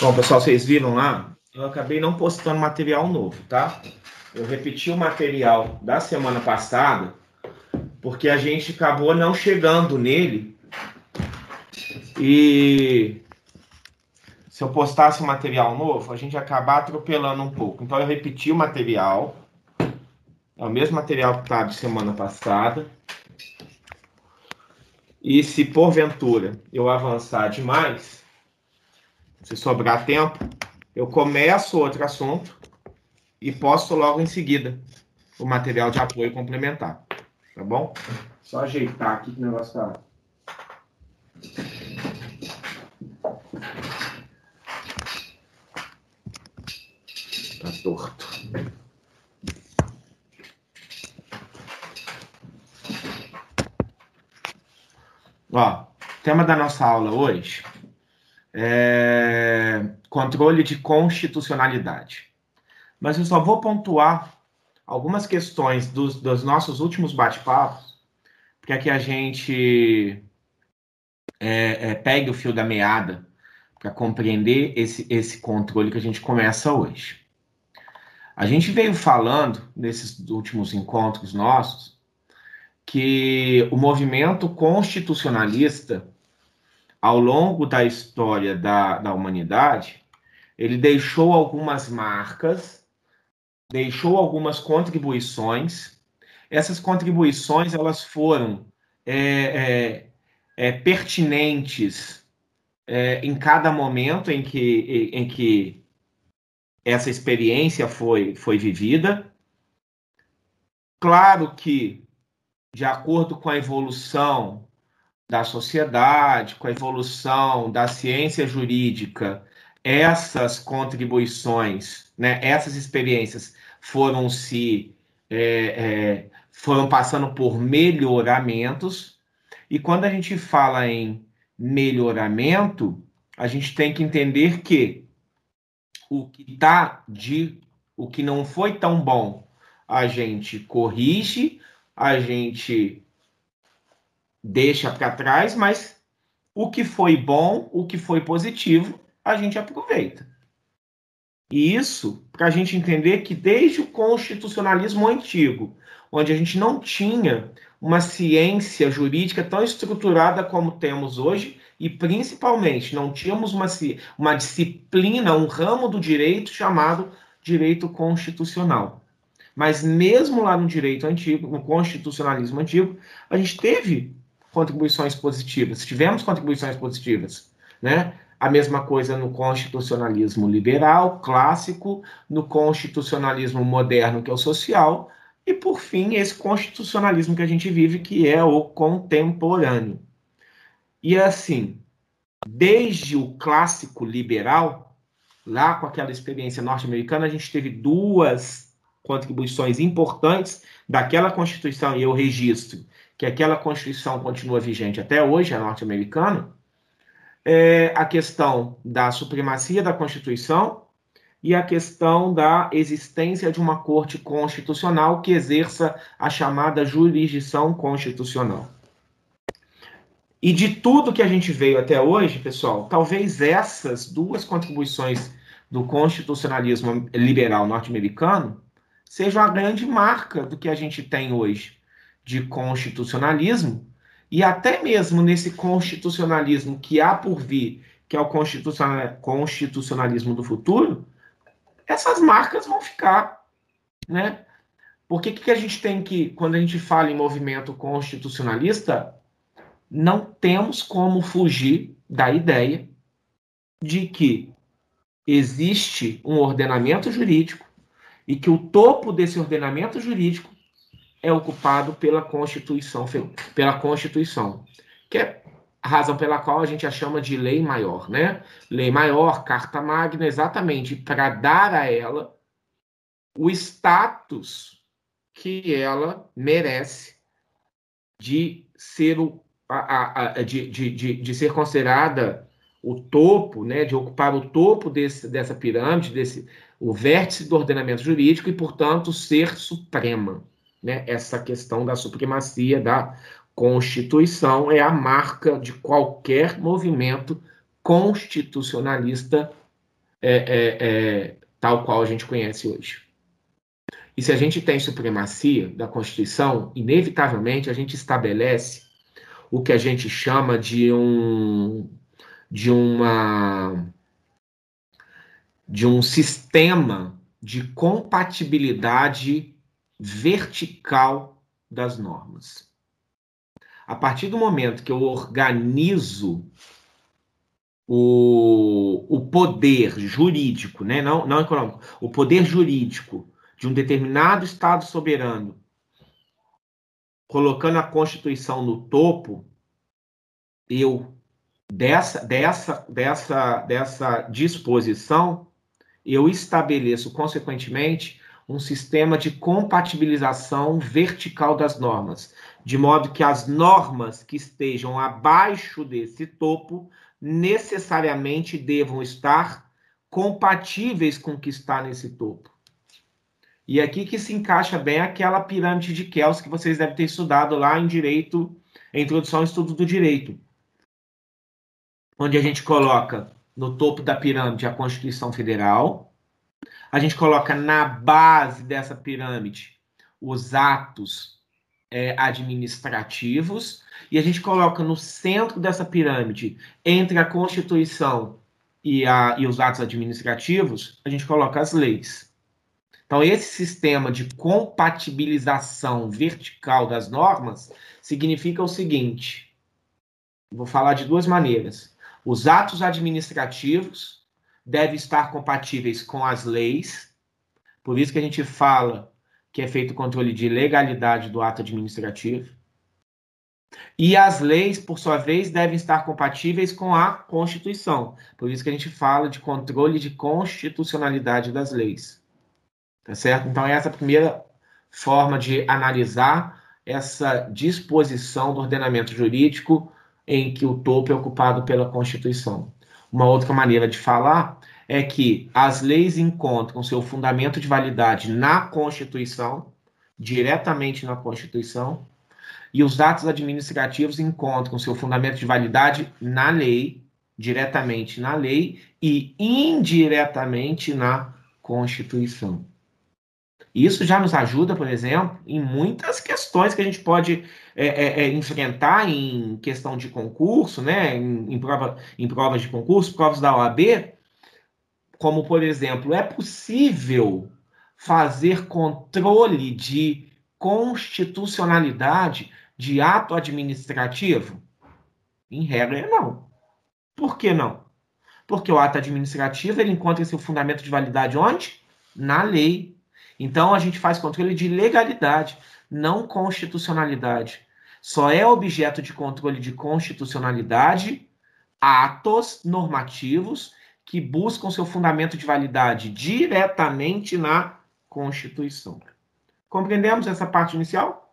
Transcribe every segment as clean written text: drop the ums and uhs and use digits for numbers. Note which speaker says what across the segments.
Speaker 1: Bom, pessoal, vocês viram lá? Eu acabei não postando material novo, tá? Eu repeti o material da semana passada, porque a gente acabou não chegando nele. E se eu postasse o material novo, a gente ia acabar atropelando um pouco. Então eu repeti o material. É o mesmo material que está de semana passada. E se porventura eu avançar demais, se sobrar tempo, eu começo outro assunto e posto logo em seguida o material de apoio complementar, tá bom? Só ajeitar aqui que o negócio tá torto. Ó, o tema da nossa aula hoje é controle de constitucionalidade. Mas eu só vou pontuar algumas questões dos nossos últimos bate-papos, para que a gente pegue o fio da meada para compreender esse controle que a gente começa hoje. A gente veio falando, nesses últimos encontros nossos, que o movimento constitucionalista, ao longo da história da humanidade, ele deixou algumas marcas, deixou algumas contribuições. Essas contribuições elas foram pertinentes em cada momento em que essa experiência foi vivida. Claro que, de acordo com a evolução da sociedade, com a evolução da ciência jurídica, essas contribuições, né, essas experiências foram passando por melhoramentos, e quando a gente fala em melhoramento, a gente tem que entender que o que não foi tão bom, a gente corrige, a gente deixa para trás, mas o que foi bom, o que foi positivo, a gente aproveita. E isso para a gente entender que desde o constitucionalismo antigo, onde a gente não tinha uma ciência jurídica tão estruturada como temos hoje, e principalmente não tínhamos uma disciplina, um ramo do direito chamado direito constitucional. Mas mesmo lá no direito antigo, no constitucionalismo antigo, a gente teve contribuições positivas, tivemos contribuições positivas, né? A mesma coisa no constitucionalismo liberal, clássico, no constitucionalismo moderno, que é o social, e, por fim, esse constitucionalismo que a gente vive, que é o contemporâneo. E, assim, desde o clássico liberal, lá com aquela experiência norte-americana, a gente teve duas contribuições importantes daquela Constituição, e eu registro que aquela Constituição continua vigente até hoje, a norte-americana, a questão da supremacia da Constituição e a questão da existência de uma corte constitucional que exerça a chamada jurisdição constitucional. E de tudo que a gente veio até hoje, pessoal, talvez essas duas contribuições do constitucionalismo liberal norte-americano sejam a grande marca do que a gente tem hoje de constitucionalismo, e até mesmo nesse constitucionalismo que há por vir, que é o constitucionalismo do futuro, essas marcas vão ficar, né? Porque que a gente tem que, quando a gente fala em movimento constitucionalista, não temos como fugir da ideia de que existe um ordenamento jurídico e que o topo desse ordenamento jurídico é ocupado pela Constituição, que é a razão pela qual a gente a chama de lei maior, né? Lei maior, Carta Magna, exatamente para dar a ela o status que ela merece de ser de ser considerada o topo, né, de ocupar o topo dessa pirâmide, o vértice do ordenamento jurídico e, portanto, ser suprema. Né? Essa questão da supremacia da Constituição é a marca de qualquer movimento constitucionalista tal qual a gente conhece hoje. E se a gente tem supremacia da Constituição, inevitavelmente a gente estabelece o que a gente chama de um sistema de compatibilidade vertical das normas. A partir do momento que eu organizo o poder jurídico, né? Não econômico, o poder jurídico de um determinado Estado soberano, colocando a Constituição no topo, dessa disposição, eu estabeleço, consequentemente, um sistema de compatibilização vertical das normas, de modo que as normas que estejam abaixo desse topo necessariamente devam estar compatíveis com o que está nesse topo. E aqui que se encaixa bem aquela pirâmide de Kelsen que vocês devem ter estudado lá em Direito, Introdução ao Estudo do Direito, onde a gente coloca no topo da pirâmide a Constituição Federal, a gente coloca na base dessa pirâmide os atos administrativos, e a gente coloca no centro dessa pirâmide, entre a Constituição e os atos administrativos, a gente coloca as leis. Então, esse sistema de compatibilização vertical das normas significa o seguinte: vou falar de duas maneiras. Os atos administrativos devem estar compatíveis com as leis, por isso que a gente fala que é feito o controle de legalidade do ato administrativo. E as leis, por sua vez, devem estar compatíveis com a Constituição, por isso que a gente fala de controle de constitucionalidade das leis. Tá certo? Então, essa é a primeira forma de analisar essa disposição do ordenamento jurídico em que o topo é ocupado pela Constituição. Uma outra maneira de falar é que as leis encontram seu fundamento de validade na Constituição, diretamente na Constituição, e os atos administrativos encontram seu fundamento de validade na lei, diretamente na lei e indiretamente na Constituição. Isso já nos ajuda, por exemplo, em muitas questões que a gente pode enfrentar em questão de concurso, né? em provas de concurso, provas da OAB, como, por exemplo, é possível fazer controle de constitucionalidade de ato administrativo? Em regra, não. Por que não? Porque o ato administrativo ele encontra seu fundamento de validade onde? Na lei. Então, a gente faz controle de legalidade, não constitucionalidade. Só é objeto de controle de constitucionalidade atos normativos que buscam seu fundamento de validade diretamente na Constituição. Compreendemos essa parte inicial?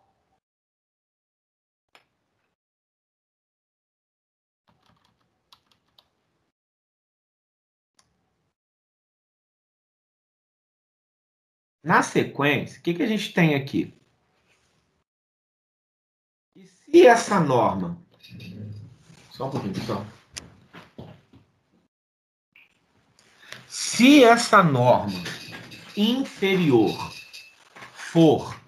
Speaker 1: Na sequência, o que a gente tem aqui? E se essa norma... Só um pouquinho, pessoal. Se essa norma inferior for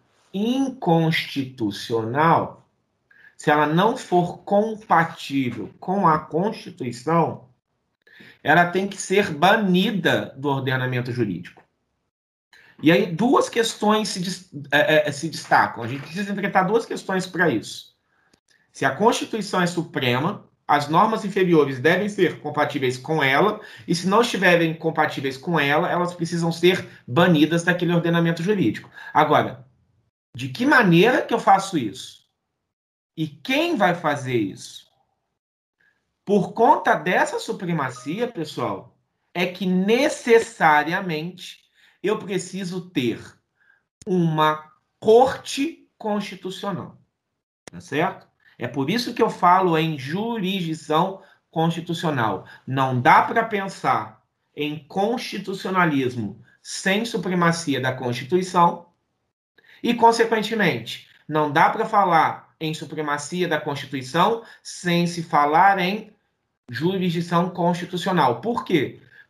Speaker 1: inconstitucional, se ela não for compatível com a Constituição, ela tem que ser banida do ordenamento jurídico. E aí duas questões se destacam. A gente precisa enfrentar duas questões para isso. Se a Constituição é suprema, as normas inferiores devem ser compatíveis com ela, e se não estiverem compatíveis com ela, elas precisam ser banidas daquele ordenamento jurídico. Agora, de que maneira que eu faço isso? E quem vai fazer isso? Por conta dessa supremacia, pessoal, é que necessariamente eu preciso ter uma corte constitucional. Tá certo? É por isso que eu falo em jurisdição constitucional. Não dá para pensar em constitucionalismo sem supremacia da Constituição e, consequentemente, não dá para falar em supremacia da Constituição sem se falar em jurisdição constitucional. Por quê?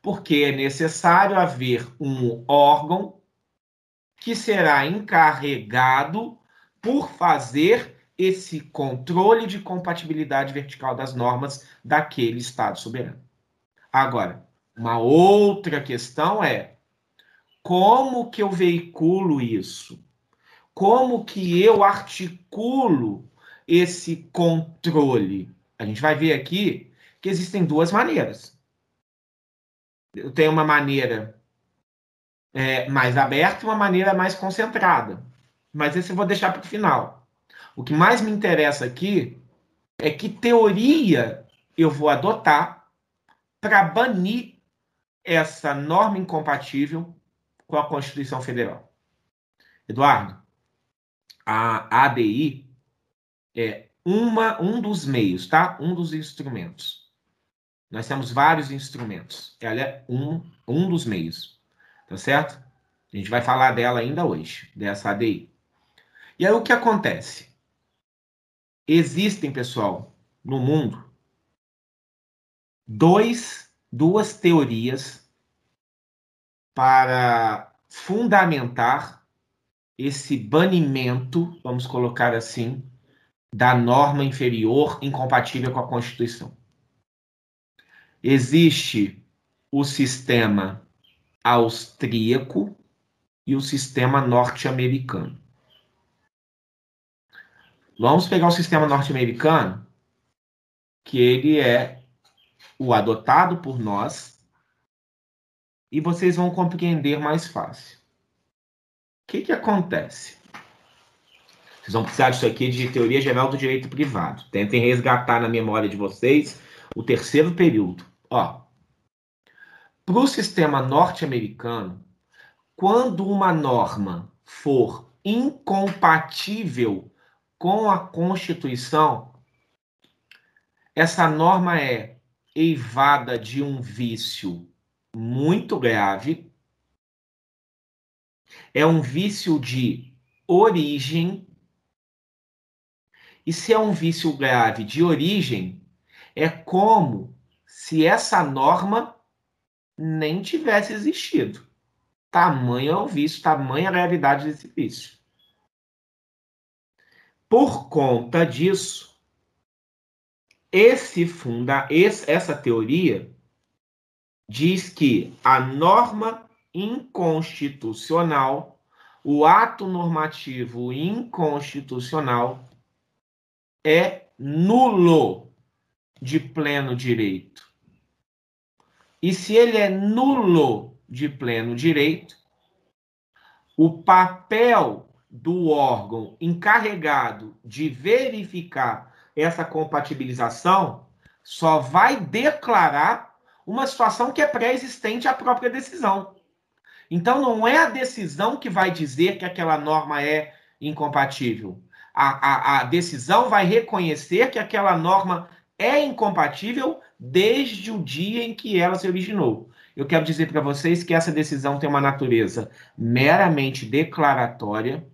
Speaker 1: Porque é necessário haver um órgão que será encarregado por fazer esse controle de compatibilidade vertical das normas daquele Estado soberano. Agora, uma outra questão é como que eu veiculo isso? Como que eu articulo esse controle? A gente vai ver aqui que existem duas maneiras. Eu tenho uma maneira mais aberta e uma maneira mais concentrada. Mas esse eu vou deixar para o final. O que mais me interessa aqui é que teoria eu vou adotar para banir essa norma incompatível com a Constituição Federal. Eduardo, a ADI é um dos meios, tá? Um dos instrumentos. Nós temos vários instrumentos. Ela é um dos meios, tá certo? A gente vai falar dela ainda hoje, dessa ADI. E aí o que acontece? Existem, pessoal, no mundo, duas teorias para fundamentar esse banimento, vamos colocar assim, da norma inferior incompatível com a Constituição. Existe o sistema austríaco e o sistema norte-americano. Vamos pegar o sistema norte-americano, que ele é o adotado por nós, e vocês vão compreender mais fácil. O que acontece? Vocês vão precisar disso aqui de teoria geral do direito privado. Tentem resgatar na memória de vocês o terceiro período. Para o sistema norte-americano, quando uma norma for incompatível com a Constituição, essa norma é eivada de um vício muito grave, é um vício de origem, e se é um vício grave de origem, é como se essa norma nem tivesse existido. Tamanho é o vício, tamanha a gravidade desse vício. Por conta disso, essa teoria diz que a norma inconstitucional, o ato normativo inconstitucional, é nulo de pleno direito. E se ele é nulo de pleno direito, o papel do órgão encarregado de verificar essa compatibilização só vai declarar uma situação que é pré-existente à própria decisão. Então, não é a decisão que vai dizer que aquela norma é incompatível. A decisão vai reconhecer que aquela norma é incompatível desde o dia em que ela se originou. Eu quero dizer para vocês que essa decisão tem uma natureza meramente declaratória.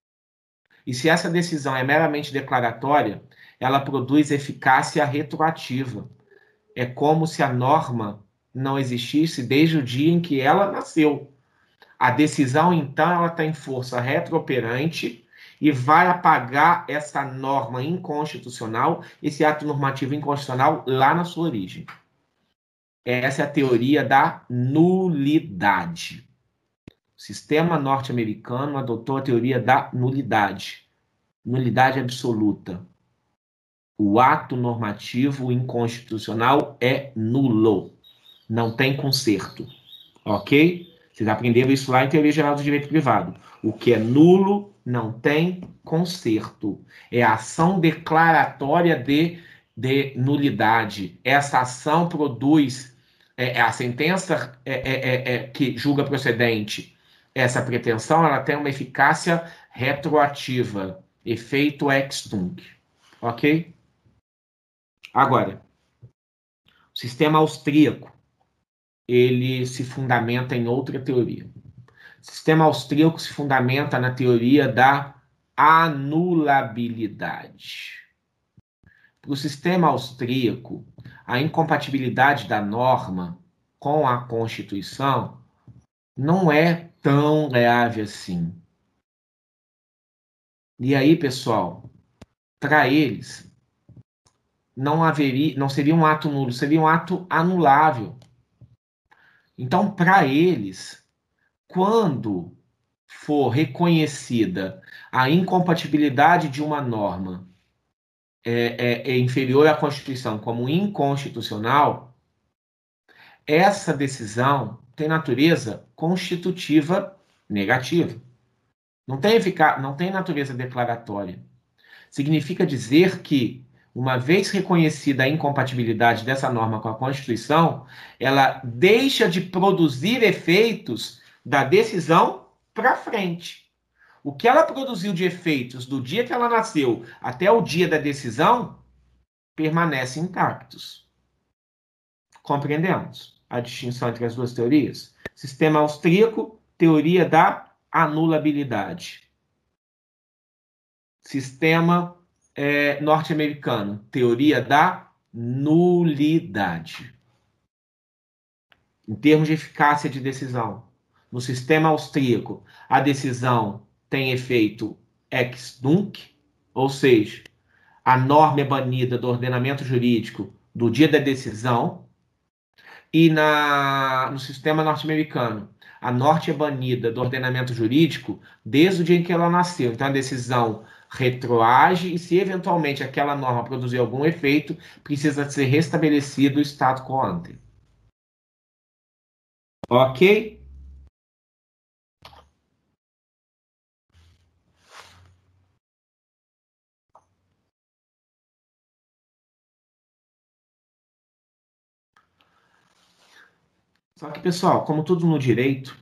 Speaker 1: E se essa decisão é meramente declaratória, ela produz eficácia retroativa. É como se a norma não existisse desde o dia em que ela nasceu. A decisão, então, ela tem força retrooperante e vai apagar essa norma inconstitucional, esse ato normativo inconstitucional lá na sua origem. Essa é a teoria da nulidade. O sistema norte-americano adotou a teoria da nulidade. Nulidade absoluta. O ato normativo inconstitucional é nulo. Não tem conserto. Ok? Vocês aprenderam isso lá em Teoria Geral do Direito Privado. O que é nulo não tem conserto. É a ação declaratória de nulidade. Essa ação produz a sentença que julga procedente. Essa pretensão ela tem uma eficácia retroativa. Efeito ex tunc. Ok? Agora, o sistema austríaco ele se fundamenta em outra teoria. O sistema austríaco se fundamenta na teoria da anulabilidade. Para o sistema austríaco, a incompatibilidade da norma com a Constituição não é tão grave assim. E aí, pessoal, para eles, não seria um ato nulo, seria um ato anulável. Então, para eles, quando for reconhecida a incompatibilidade de uma norma é inferior à Constituição como inconstitucional, essa decisão tem natureza constitutiva negativa. Não tem natureza declaratória. Significa dizer que, uma vez reconhecida a incompatibilidade dessa norma com a Constituição, ela deixa de produzir efeitos da decisão para frente. O que ela produziu de efeitos do dia que ela nasceu até o dia da decisão permanecem intactos. Compreendemos a distinção entre as duas teorias? Sistema austríaco, teoria da anulabilidade. Sistema norte-americano, teoria da nulidade. Em termos de eficácia de decisão, no sistema austríaco, a decisão tem efeito ex nunc, ou seja, a norma é banida do ordenamento jurídico do dia da decisão, e no sistema norte-americano, a norte é banida do ordenamento jurídico desde o dia em que ela nasceu. Então, a decisão retroage e, se eventualmente aquela norma produzir algum efeito, precisa ser restabelecido o status quo ante. Ok? Só que, pessoal, como tudo no direito,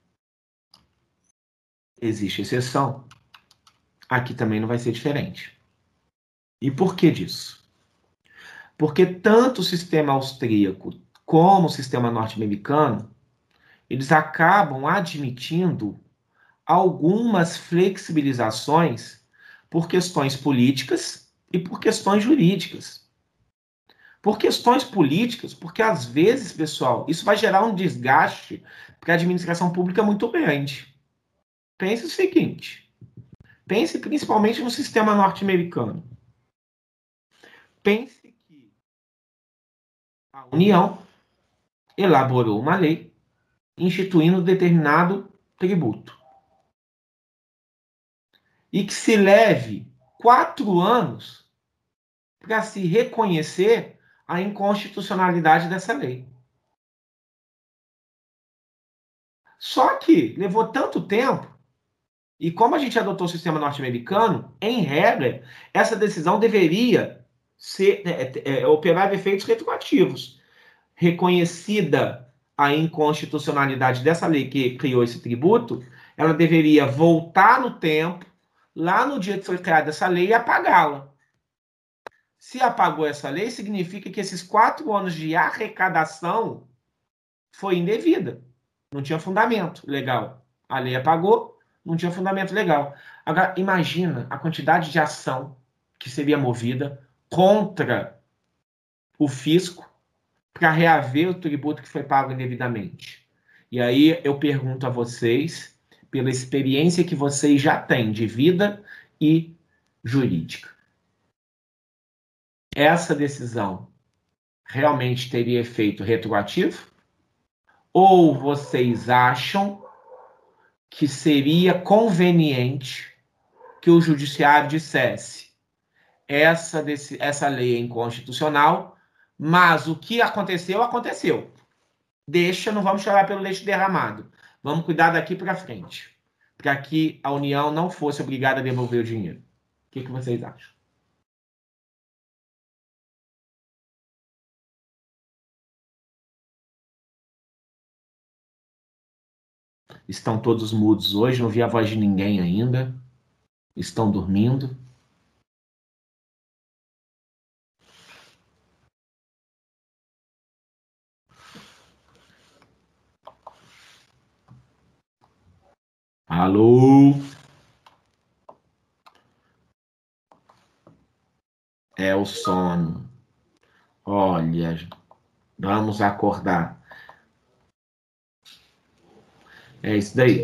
Speaker 1: existe exceção. Aqui também não vai ser diferente. E por que disso? Porque tanto o sistema austríaco como o sistema norte-americano, eles acabam admitindo algumas flexibilizações por questões políticas e por questões jurídicas. Por questões políticas, porque às vezes, pessoal, isso vai gerar um desgaste para a administração pública muito grande. Pense o seguinte, pense principalmente no sistema norte-americano. Pense que a União elaborou uma lei instituindo determinado tributo. E que se leve 4 anos para se reconhecer a inconstitucionalidade dessa lei. Só que levou tanto tempo, e como a gente adotou o sistema norte-americano, em regra, essa decisão deveria operar efeitos retroativos. Reconhecida a inconstitucionalidade dessa lei que criou esse tributo, ela deveria voltar no tempo, lá no dia que foi criada essa lei, e apagá-la. Se apagou essa lei, significa que esses 4 anos de arrecadação foi indevida. Não tinha fundamento legal. A lei apagou, não tinha fundamento legal. Agora, imagina a quantidade de ação que seria movida contra o fisco para reaver o tributo que foi pago indevidamente. E aí eu pergunto a vocês, pela experiência que vocês já têm de vida e jurídica, essa decisão realmente teria efeito retroativo? Ou vocês acham que seria conveniente que o judiciário dissesse essa lei é inconstitucional, mas o que aconteceu, aconteceu. Deixa, não vamos chorar pelo leite derramado. Vamos cuidar daqui para frente, para que a União não fosse obrigada a devolver o dinheiro. O que vocês acham? Estão todos mudos hoje, não vi a voz de ninguém ainda. Estão dormindo. Alô? É o sono. Olha, vamos acordar. É isso daí.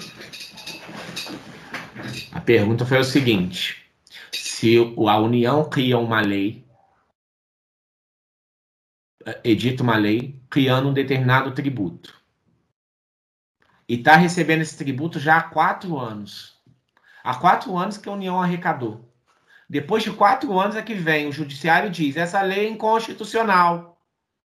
Speaker 1: A pergunta foi o seguinte: se a União cria uma lei, edita uma lei, criando um determinado tributo, e está recebendo esse tributo já há 4 anos. Há 4 anos que a União arrecadou. Depois de 4 anos é que vem o judiciário e diz: essa lei é inconstitucional.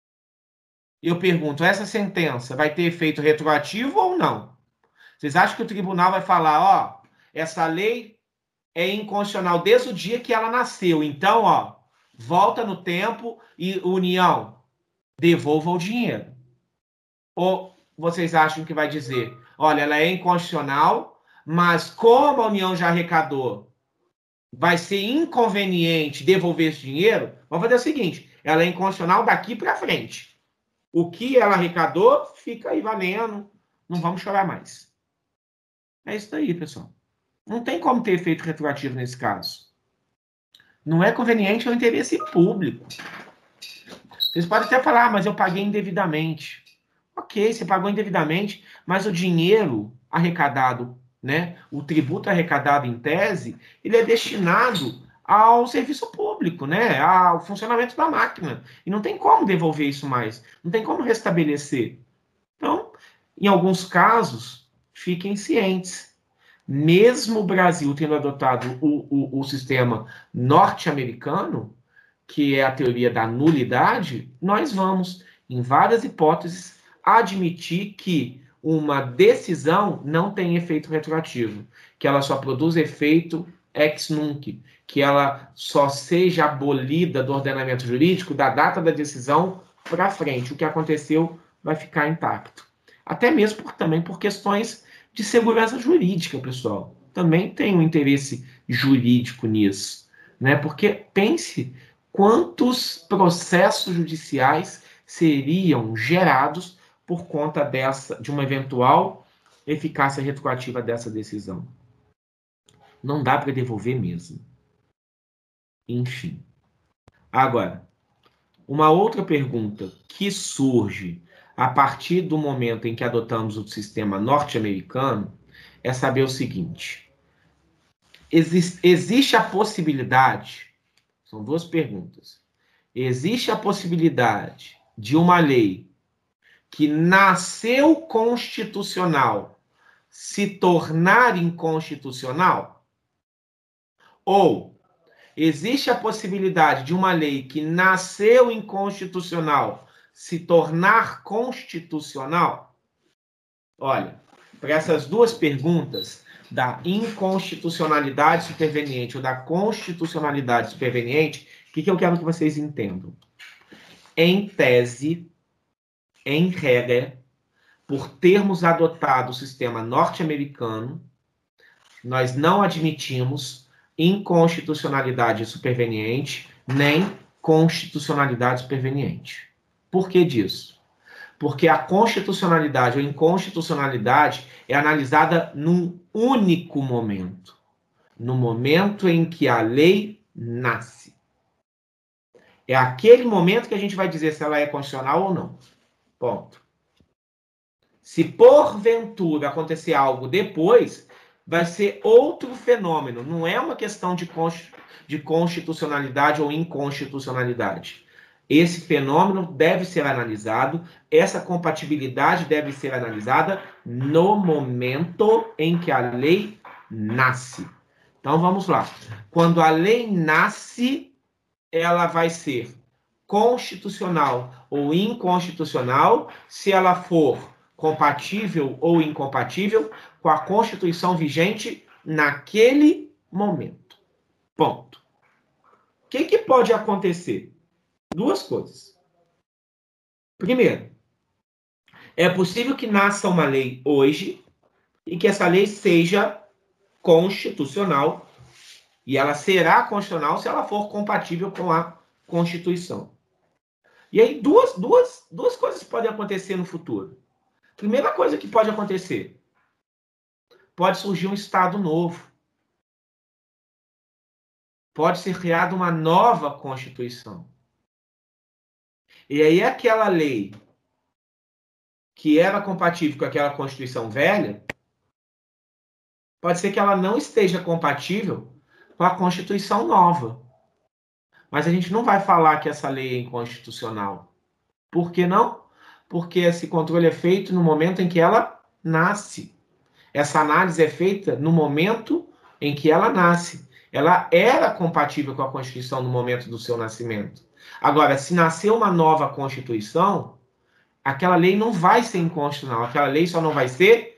Speaker 1: Eu pergunto: essa sentença vai ter efeito retroativo ou não? Vocês acham que o tribunal vai falar: ó, essa lei é inconstitucional desde o dia que ela nasceu, então, ó, volta no tempo e União, devolva o dinheiro? Ou vocês acham que vai dizer: olha, ela é inconstitucional, mas como a União já arrecadou, vai ser inconveniente devolver esse dinheiro? Vamos fazer o seguinte: ela é inconstitucional daqui para frente. O que ela arrecadou fica aí valendo, não vamos chorar mais. É isso aí, pessoal. Não tem como ter efeito retroativo nesse caso. Não é conveniente ao interesse público. Vocês podem até falar: mas eu paguei indevidamente. Ok, você pagou indevidamente, mas o dinheiro arrecadado, né, o tributo arrecadado em tese, ele é destinado ao serviço público, né, ao funcionamento da máquina. E não tem como devolver isso mais, não tem como restabelecer. Então, em alguns casos, fiquem cientes. Mesmo o Brasil tendo adotado o sistema norte-americano, que é a teoria da nulidade, nós vamos, em várias hipóteses, admitir que uma decisão não tem efeito retroativo, que ela só produz efeito ex nunc, que ela só seja abolida do ordenamento jurídico da data da decisão para frente. O que aconteceu vai ficar intacto. Até mesmo também por questões de segurança jurídica, pessoal. Também tem um interesse jurídico nisso, né? Porque pense quantos processos judiciais seriam gerados por conta de uma eventual eficácia retroativa dessa decisão. Não dá para devolver mesmo. Enfim. Agora, uma outra pergunta que surge a partir do momento em que adotamos o sistema norte-americano é saber o seguinte: existe a possibilidade, são duas perguntas, existe a possibilidade de uma lei que nasceu constitucional se tornar inconstitucional? Ou existe a possibilidade de uma lei que nasceu inconstitucional se tornar constitucional? Olha, para essas duas perguntas, da inconstitucionalidade superveniente ou da constitucionalidade superveniente, o que eu quero que vocês entendam? Em tese, em regra, por termos adotado o sistema norte-americano, nós não admitimos inconstitucionalidade superveniente nem constitucionalidade superveniente. Por que disso? Porque a constitucionalidade ou inconstitucionalidade é analisada num único momento, no momento em que a lei nasce. É aquele momento que a gente vai dizer se ela é constitucional ou não. Ponto. Se porventura acontecer algo depois, vai ser outro fenômeno. Não é uma questão de constitucionalidade ou inconstitucionalidade. Esse fenômeno deve ser analisado, essa compatibilidade deve ser analisada no momento em que a lei nasce. Então vamos lá. Quando a lei nasce, ela vai ser constitucional ou inconstitucional se ela for compatível ou incompatível com a Constituição vigente naquele momento. Ponto. O que pode acontecer? Duas coisas. Primeiro, é possível que nasça uma lei hoje e que essa lei seja constitucional, e ela será constitucional se ela for compatível com a Constituição. E aí duas coisas podem acontecer no futuro. Primeira coisa que pode acontecer, pode surgir um Estado novo. Pode ser criada uma nova Constituição. E aí aquela lei que era compatível com aquela Constituição velha, pode ser que ela não esteja compatível com a Constituição nova. Mas a gente não vai falar que essa lei é inconstitucional. Por que não? Porque esse controle é feito no momento em que ela nasce. Essa análise é feita no momento em que ela nasce. Ela era compatível com a Constituição no momento do seu nascimento. Agora, se nascer uma nova Constituição, aquela lei não vai ser inconstitucional. Aquela lei só não vai ser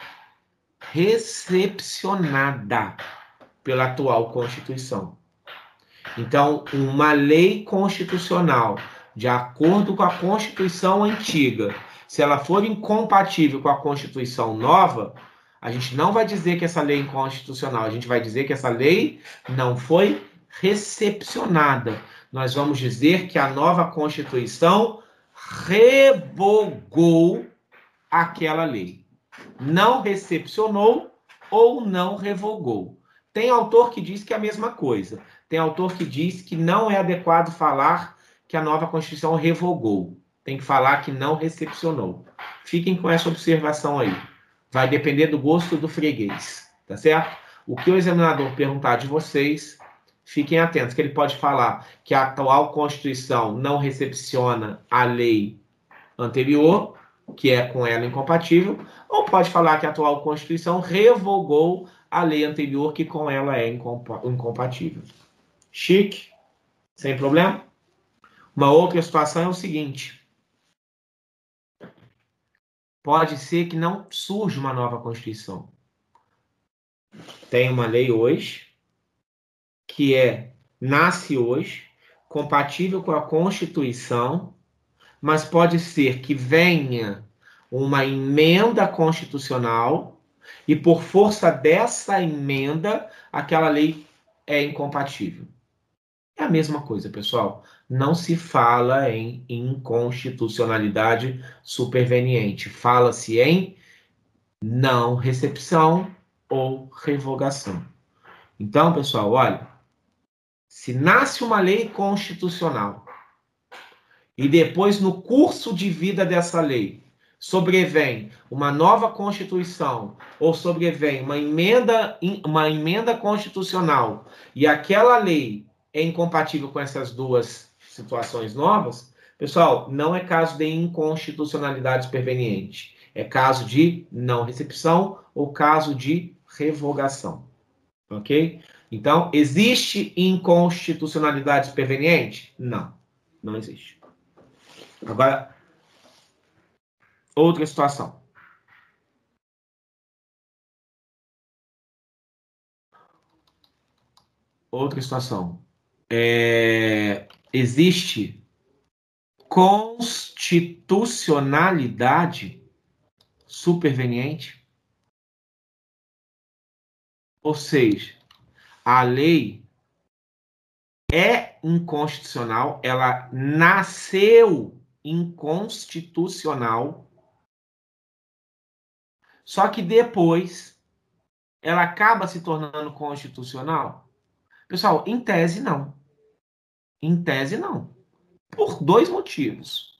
Speaker 1: recepcionada pela atual Constituição. Então, uma lei constitucional, de acordo com a Constituição antiga, se ela for incompatível com a Constituição nova, a gente não vai dizer que essa lei é inconstitucional, a gente vai dizer que essa lei não foi recepcionada. Nós vamos dizer que a nova Constituição revogou aquela lei. Não recepcionou ou não revogou. Tem autor que diz que é a mesma coisa. Tem autor que diz que não é adequado falar que a nova Constituição revogou. Tem que falar que não recepcionou. Fiquem com essa observação aí. Vai depender do gosto do freguês, tá certo? O que o examinador perguntar de vocês, fiquem atentos, que ele pode falar que a atual Constituição não recepciona a lei anterior, que é com ela incompatível, ou pode falar que a atual Constituição revogou a lei anterior, que com ela é incompatível. Chique? Sem problema? Uma outra situação é o seguinte. Pode ser que não surja uma nova Constituição. Tem uma lei hoje, que nasce hoje, compatível com a Constituição, mas pode ser que venha uma emenda constitucional e, por força dessa emenda, aquela lei é incompatível. É a mesma coisa, pessoal. Não se fala em inconstitucionalidade superveniente. Fala-se em não recepção ou revogação. Então, pessoal, olha, se nasce uma lei constitucional e depois, no curso de vida dessa lei, sobrevém uma nova Constituição ou sobrevém uma emenda constitucional e aquela lei é incompatível com essas duas situações novas, pessoal, não é caso de inconstitucionalidade superveniente. É caso de não recepção ou caso de revogação. Ok? Então, existe inconstitucionalidade superveniente? Não, não existe. Agora, outra situação. Outra situação. Existe constitucionalidade superveniente? Ou seja, a lei é inconstitucional, ela nasceu inconstitucional, só que depois ela acaba se tornando constitucional? Pessoal, em tese não. Em tese não. Por dois motivos.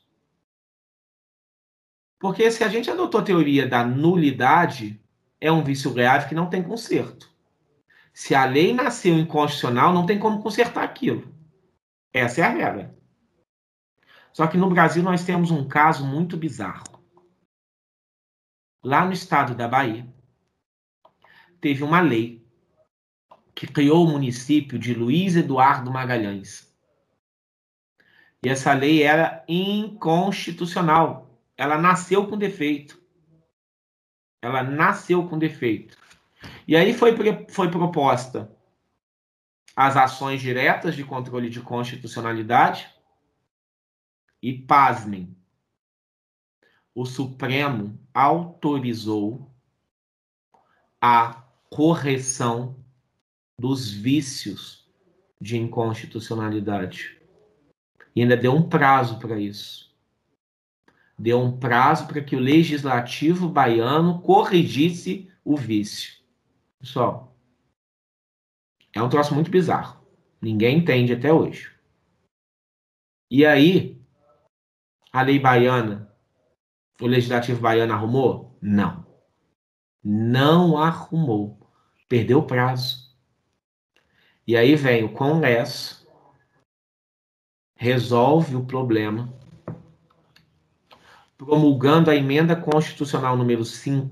Speaker 1: Porque se a gente adotou a teoria da nulidade, é um vício grave que não tem conserto. Se a lei nasceu inconstitucional, não tem como consertar aquilo. Essa é a regra. Só que no Brasil nós temos um caso muito bizarro. Lá no estado da Bahia, teve uma lei que criou o município de Luiz Eduardo Magalhães. E essa lei era inconstitucional. Ela nasceu com defeito. Ela nasceu com defeito. E aí foi proposta as ações diretas de controle de constitucionalidade e, pasmem, o Supremo autorizou a correção dos vícios de inconstitucionalidade. E ainda deu um prazo para isso. Deu um prazo para que o legislativo baiano corrigisse o vício. Pessoal, é um troço muito bizarro. Ninguém entende até hoje. E aí, a lei baiana O Legislativo baiano arrumou? Não. Não arrumou. Perdeu o prazo. E aí vem o Congresso, resolve o problema, promulgando a emenda constitucional número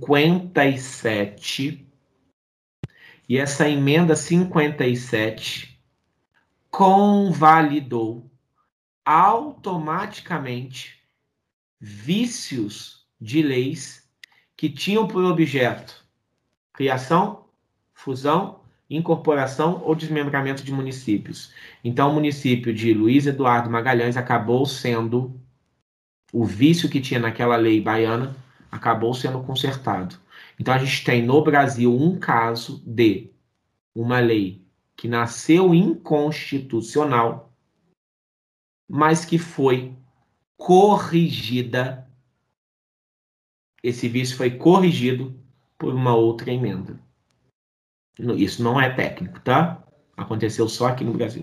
Speaker 1: 57, e essa emenda 57 convalidou automaticamente vícios de leis que tinham por objeto criação, fusão, incorporação ou desmembramento de municípios. Então, o município de Luiz Eduardo Magalhães acabou sendo, o vício que tinha naquela lei baiana, acabou sendo consertado. Então, a gente tem no Brasil um caso de uma lei que nasceu inconstitucional, mas que foi corrigida. Esse vício foi corrigido por uma outra emenda. Isso não é técnico, tá? Aconteceu só aqui no Brasil.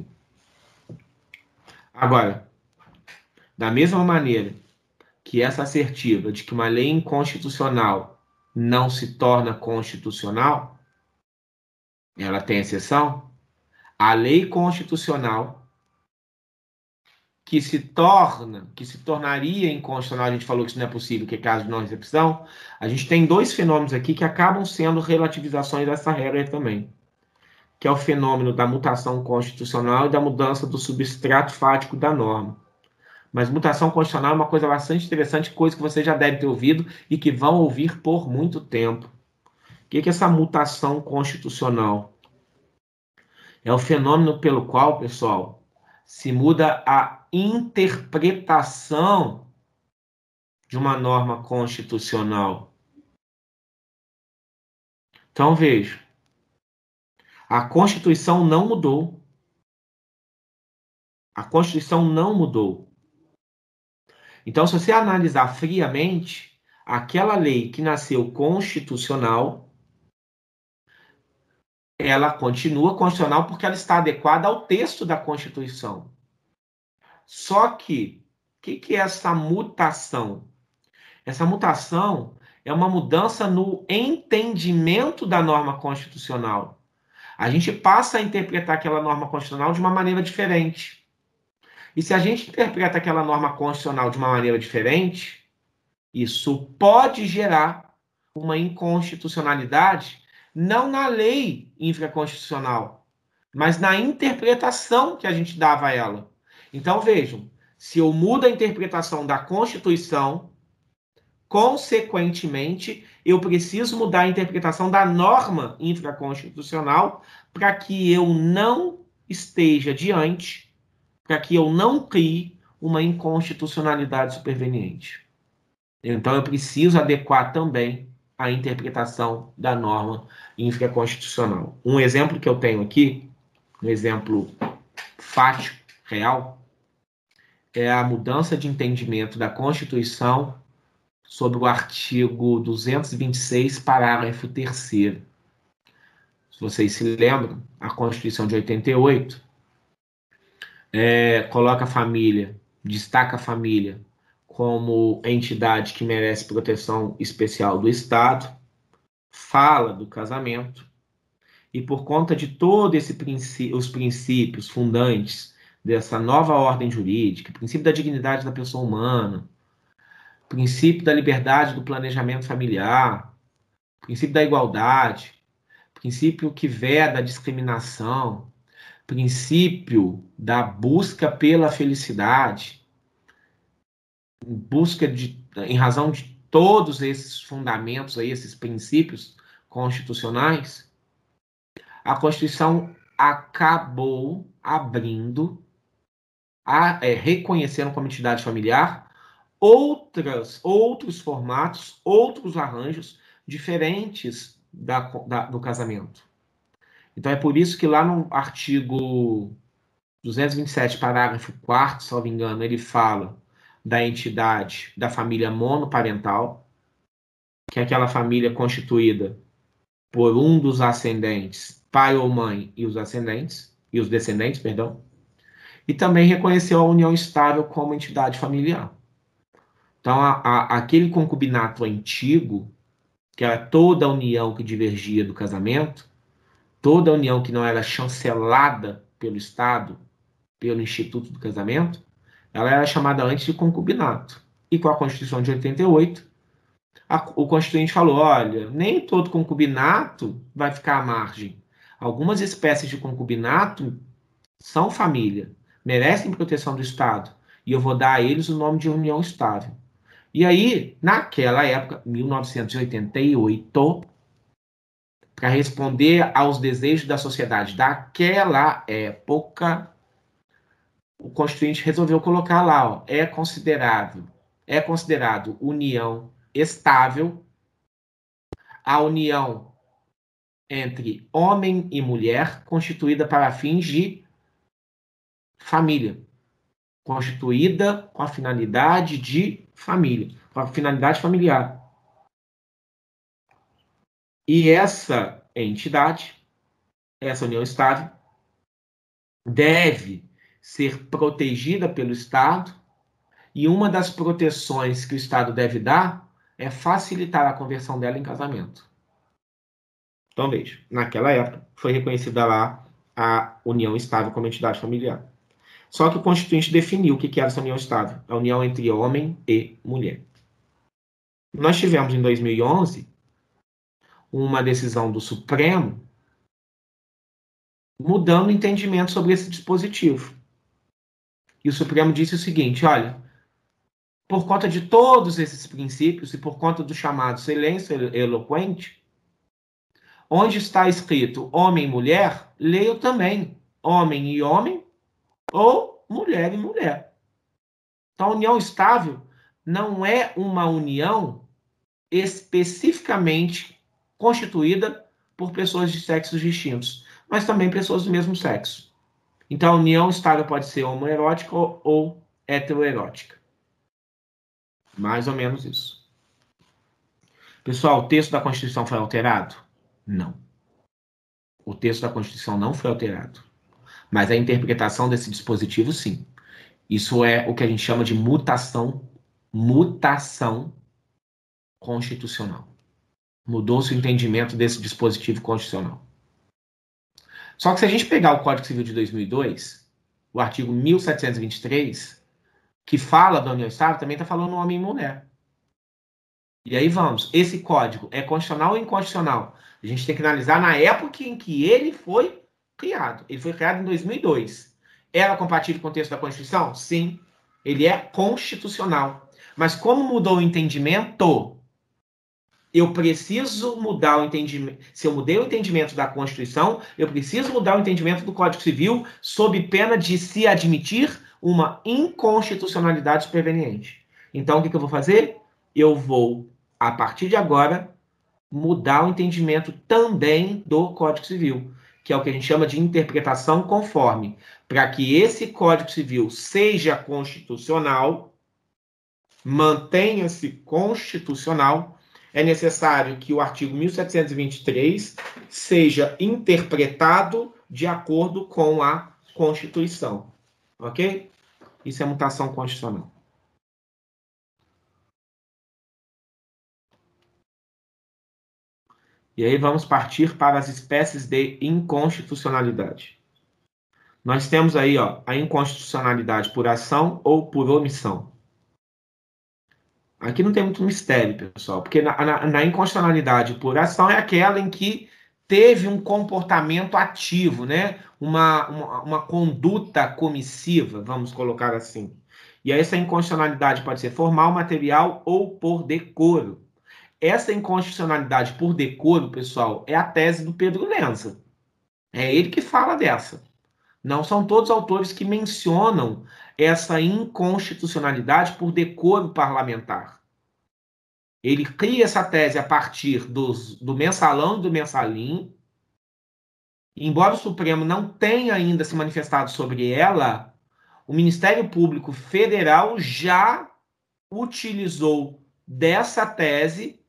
Speaker 1: Agora, da mesma maneira que essa assertiva de que uma lei inconstitucional não se torna constitucional, ela tem exceção, a lei constitucional que se tornaria inconstitucional, a gente falou que isso não é possível, que é caso de não recepção, a gente tem dois fenômenos aqui que acabam sendo relativizações dessa regra também, que é o fenômeno da mutação constitucional e da mudança do substrato fático da norma. Mas mutação constitucional é uma coisa bastante interessante, coisa que você já deve ter ouvido e que vão ouvir por muito tempo. O que é essa mutação constitucional? É o fenômeno pelo qual, pessoal, se muda a interpretação de uma norma constitucional. Então, veja, a Constituição não mudou. A Constituição não mudou. Então, se você analisar friamente, aquela lei que nasceu constitucional, ela continua constitucional porque ela está adequada ao texto da Constituição. Só que, o que é essa mutação? Essa mutação é uma mudança no entendimento da norma constitucional. A gente passa a interpretar aquela norma constitucional de uma maneira diferente. E se a gente interpreta aquela norma constitucional de uma maneira diferente, isso pode gerar uma inconstitucionalidade, não na lei infraconstitucional, mas na interpretação que a gente dava a ela. Então, vejam, se eu mudo a interpretação da Constituição, consequentemente, eu preciso mudar a interpretação da norma infraconstitucional para que eu não esteja diante, para que eu não crie uma inconstitucionalidade superveniente. Então, eu preciso adequar também a interpretação da norma infraconstitucional. Um exemplo que eu tenho aqui, um exemplo fático, real, é a mudança de entendimento da Constituição sobre o artigo 226, parágrafo 3º. Se vocês se lembram, a Constituição de 88 coloca a família, destaca a família como entidade que merece proteção especial do Estado, fala do casamento, e por conta de todos os princípios fundantes dessa nova ordem jurídica, princípio da dignidade da pessoa humana, princípio da liberdade do planejamento familiar, princípio da igualdade, princípio que veda a discriminação, princípio da busca pela felicidade, em razão de todos esses fundamentos aí, esses princípios constitucionais, a Constituição acabou abrindo, reconhecendo como entidade familiar, outros formatos, outros arranjos diferentes do casamento. Então, é por isso que lá no artigo 227, parágrafo 4º, se não me engano, ele fala da entidade da família monoparental, que é aquela família constituída por um dos ascendentes, pai ou mãe, e os descendentes, perdão, e também reconheceu a união estável como entidade familiar. Então, aquele concubinato antigo, que era toda a união que divergia do casamento, toda a união que não era chancelada pelo Estado, pelo Instituto do Casamento, ela era chamada antes de concubinato. E com a Constituição de 88, o Constituinte falou: olha, nem todo concubinato vai ficar à margem. Algumas espécies de concubinato são família, merecem proteção do Estado, e eu vou dar a eles o nome de união estável. E aí, naquela época, 1988, para responder aos desejos da sociedade daquela época, o Constituinte resolveu colocar lá, ó, é considerado união estável a união entre homem e mulher constituída para fins de família, constituída com a finalidade de família, com a finalidade familiar. E essa entidade, essa união estável, deve ser protegida pelo Estado, e uma das proteções que o Estado deve dar é facilitar a conversão dela em casamento. Então, veja, naquela época foi reconhecida lá a união estável como entidade familiar. Só que o Constituinte definiu o que era essa união estável, a união entre homem e mulher. Nós tivemos em 2011 uma decisão do Supremo mudando o entendimento sobre esse dispositivo. E o Supremo disse o seguinte: olha, por conta de todos esses princípios e por conta do chamado silêncio eloquente, onde está escrito homem e mulher, leio também homem e homem ou mulher e mulher. Então, a união estável não é uma união especificamente constituída por pessoas de sexos distintos, mas também pessoas do mesmo sexo. Então, a união estável pode ser homoerótica ou heteroerótica. Mais ou menos isso. Pessoal, o texto da Constituição foi alterado? Não. O texto da Constituição não foi alterado. Mas a interpretação desse dispositivo, sim. Isso é o que a gente chama de mutação constitucional. Mudou-se o entendimento desse dispositivo constitucional. Só que se a gente pegar o Código Civil de 2002, o artigo 1723, que fala da união estável, também está falando homem e mulher. E aí vamos, esse código é constitucional ou inconstitucional? A gente tem que analisar na época em que ele foi criado. Ele foi criado em 2002. Era compatível com o texto da Constituição? Sim, ele é constitucional. Mas como mudou o entendimento, eu preciso mudar o entendimento. Se eu mudei o entendimento da Constituição, eu preciso mudar o entendimento do Código Civil, sob pena de se admitir uma inconstitucionalidade superveniente. Então, o que eu vou fazer? Eu vou, a partir de agora, mudar o entendimento também do Código Civil, que é o que a gente chama de interpretação conforme. Para que esse Código Civil seja constitucional, mantenha-se constitucional, é necessário que o artigo 1723 seja interpretado de acordo com a Constituição. Ok? Isso é mutação constitucional. E aí vamos partir para as espécies de inconstitucionalidade. Nós temos aí, ó, a inconstitucionalidade por ação ou por omissão. Aqui não tem muito mistério, pessoal, porque na inconstitucionalidade por ação é aquela em que teve um comportamento ativo, né? Uma conduta comissiva, vamos colocar assim. E aí essa inconstitucionalidade pode ser formal, material ou por decoro. Essa inconstitucionalidade por decoro, pessoal, é a tese do Pedro Lenza. É ele que fala dessa. Não são todos autores que mencionam essa inconstitucionalidade por decoro parlamentar. Ele cria essa tese a partir do mensalão e do mensalim. Embora o Supremo não tenha ainda se manifestado sobre ela, o Ministério Público Federal já utilizou dessa tese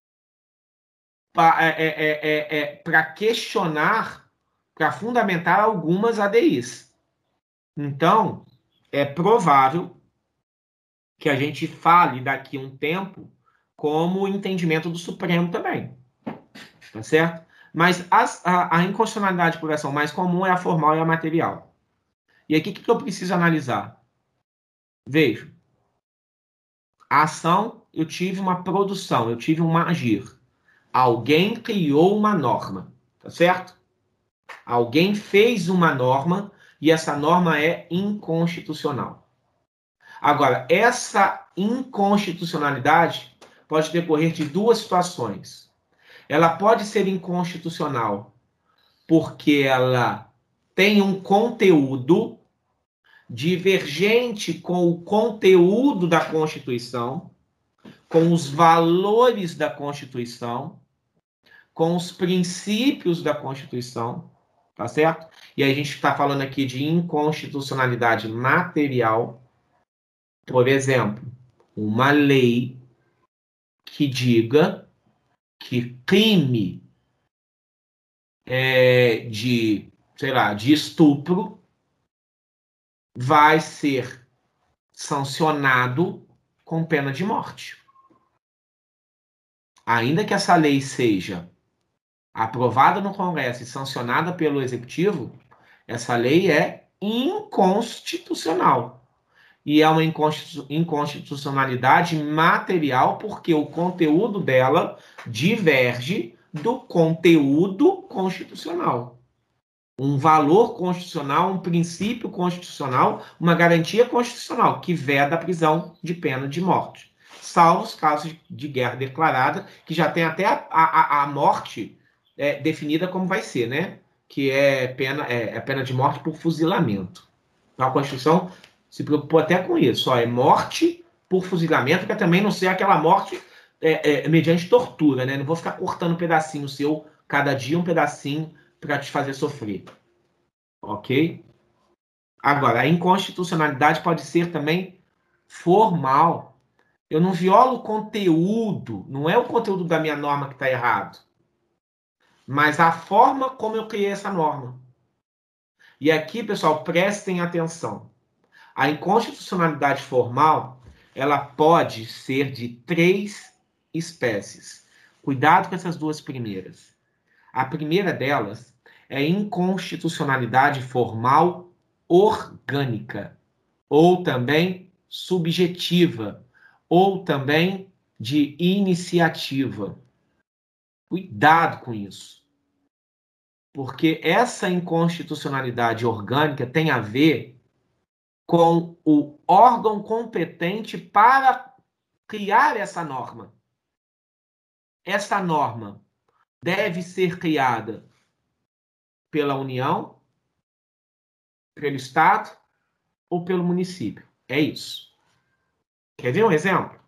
Speaker 1: para questionar, para fundamentar algumas ADIs. Então, é provável que a gente fale daqui a um tempo como o entendimento do Supremo também. Tá certo? Mas a inconstitucionalidade por ação mais comum é a formal e a material. E aqui, o que eu preciso analisar? Vejo. A ação, eu tive uma produção, eu tive um agir. Alguém criou uma norma, tá certo? Alguém fez uma norma e essa norma é inconstitucional. Agora, essa inconstitucionalidade pode decorrer de duas situações. Ela pode ser inconstitucional porque ela tem um conteúdo divergente com o conteúdo da Constituição, com os valores da Constituição, com os princípios da Constituição, tá certo? E a gente está falando aqui de inconstitucionalidade material. Por exemplo, uma lei que diga que crime de, sei lá, de estupro vai ser sancionado com pena de morte. Ainda que essa lei seja aprovada no Congresso e sancionada pelo Executivo, essa lei é inconstitucional. E é uma inconstitucionalidade material porque o conteúdo dela diverge do conteúdo constitucional. Um valor constitucional, um princípio constitucional, uma garantia constitucional que veda a prisão de pena de morte. Salvo os casos de guerra declarada, que já tem até a morte definida como vai ser, né? Que é pena de morte por fuzilamento. Então, a Constituição se preocupou até com isso. É morte por fuzilamento, que também não ser aquela morte mediante tortura, né? Não vou ficar cortando um pedacinho seu, cada dia um pedacinho, para te fazer sofrer. Ok? Agora, a inconstitucionalidade pode ser também formal. Eu não violo o conteúdo, não é o conteúdo da minha norma que está errado, mas a forma como eu criei essa norma. E aqui, pessoal, prestem atenção. A inconstitucionalidade formal, ela pode ser de 3 espécies. Cuidado com essas duas primeiras. A primeira delas é inconstitucionalidade formal orgânica, ou também subjetiva, ou também de iniciativa. Cuidado com isso. Porque essa inconstitucionalidade orgânica tem a ver com o órgão competente para criar essa norma. Essa norma deve ser criada pela União, pelo Estado ou pelo município. É isso. Quer ver um exemplo?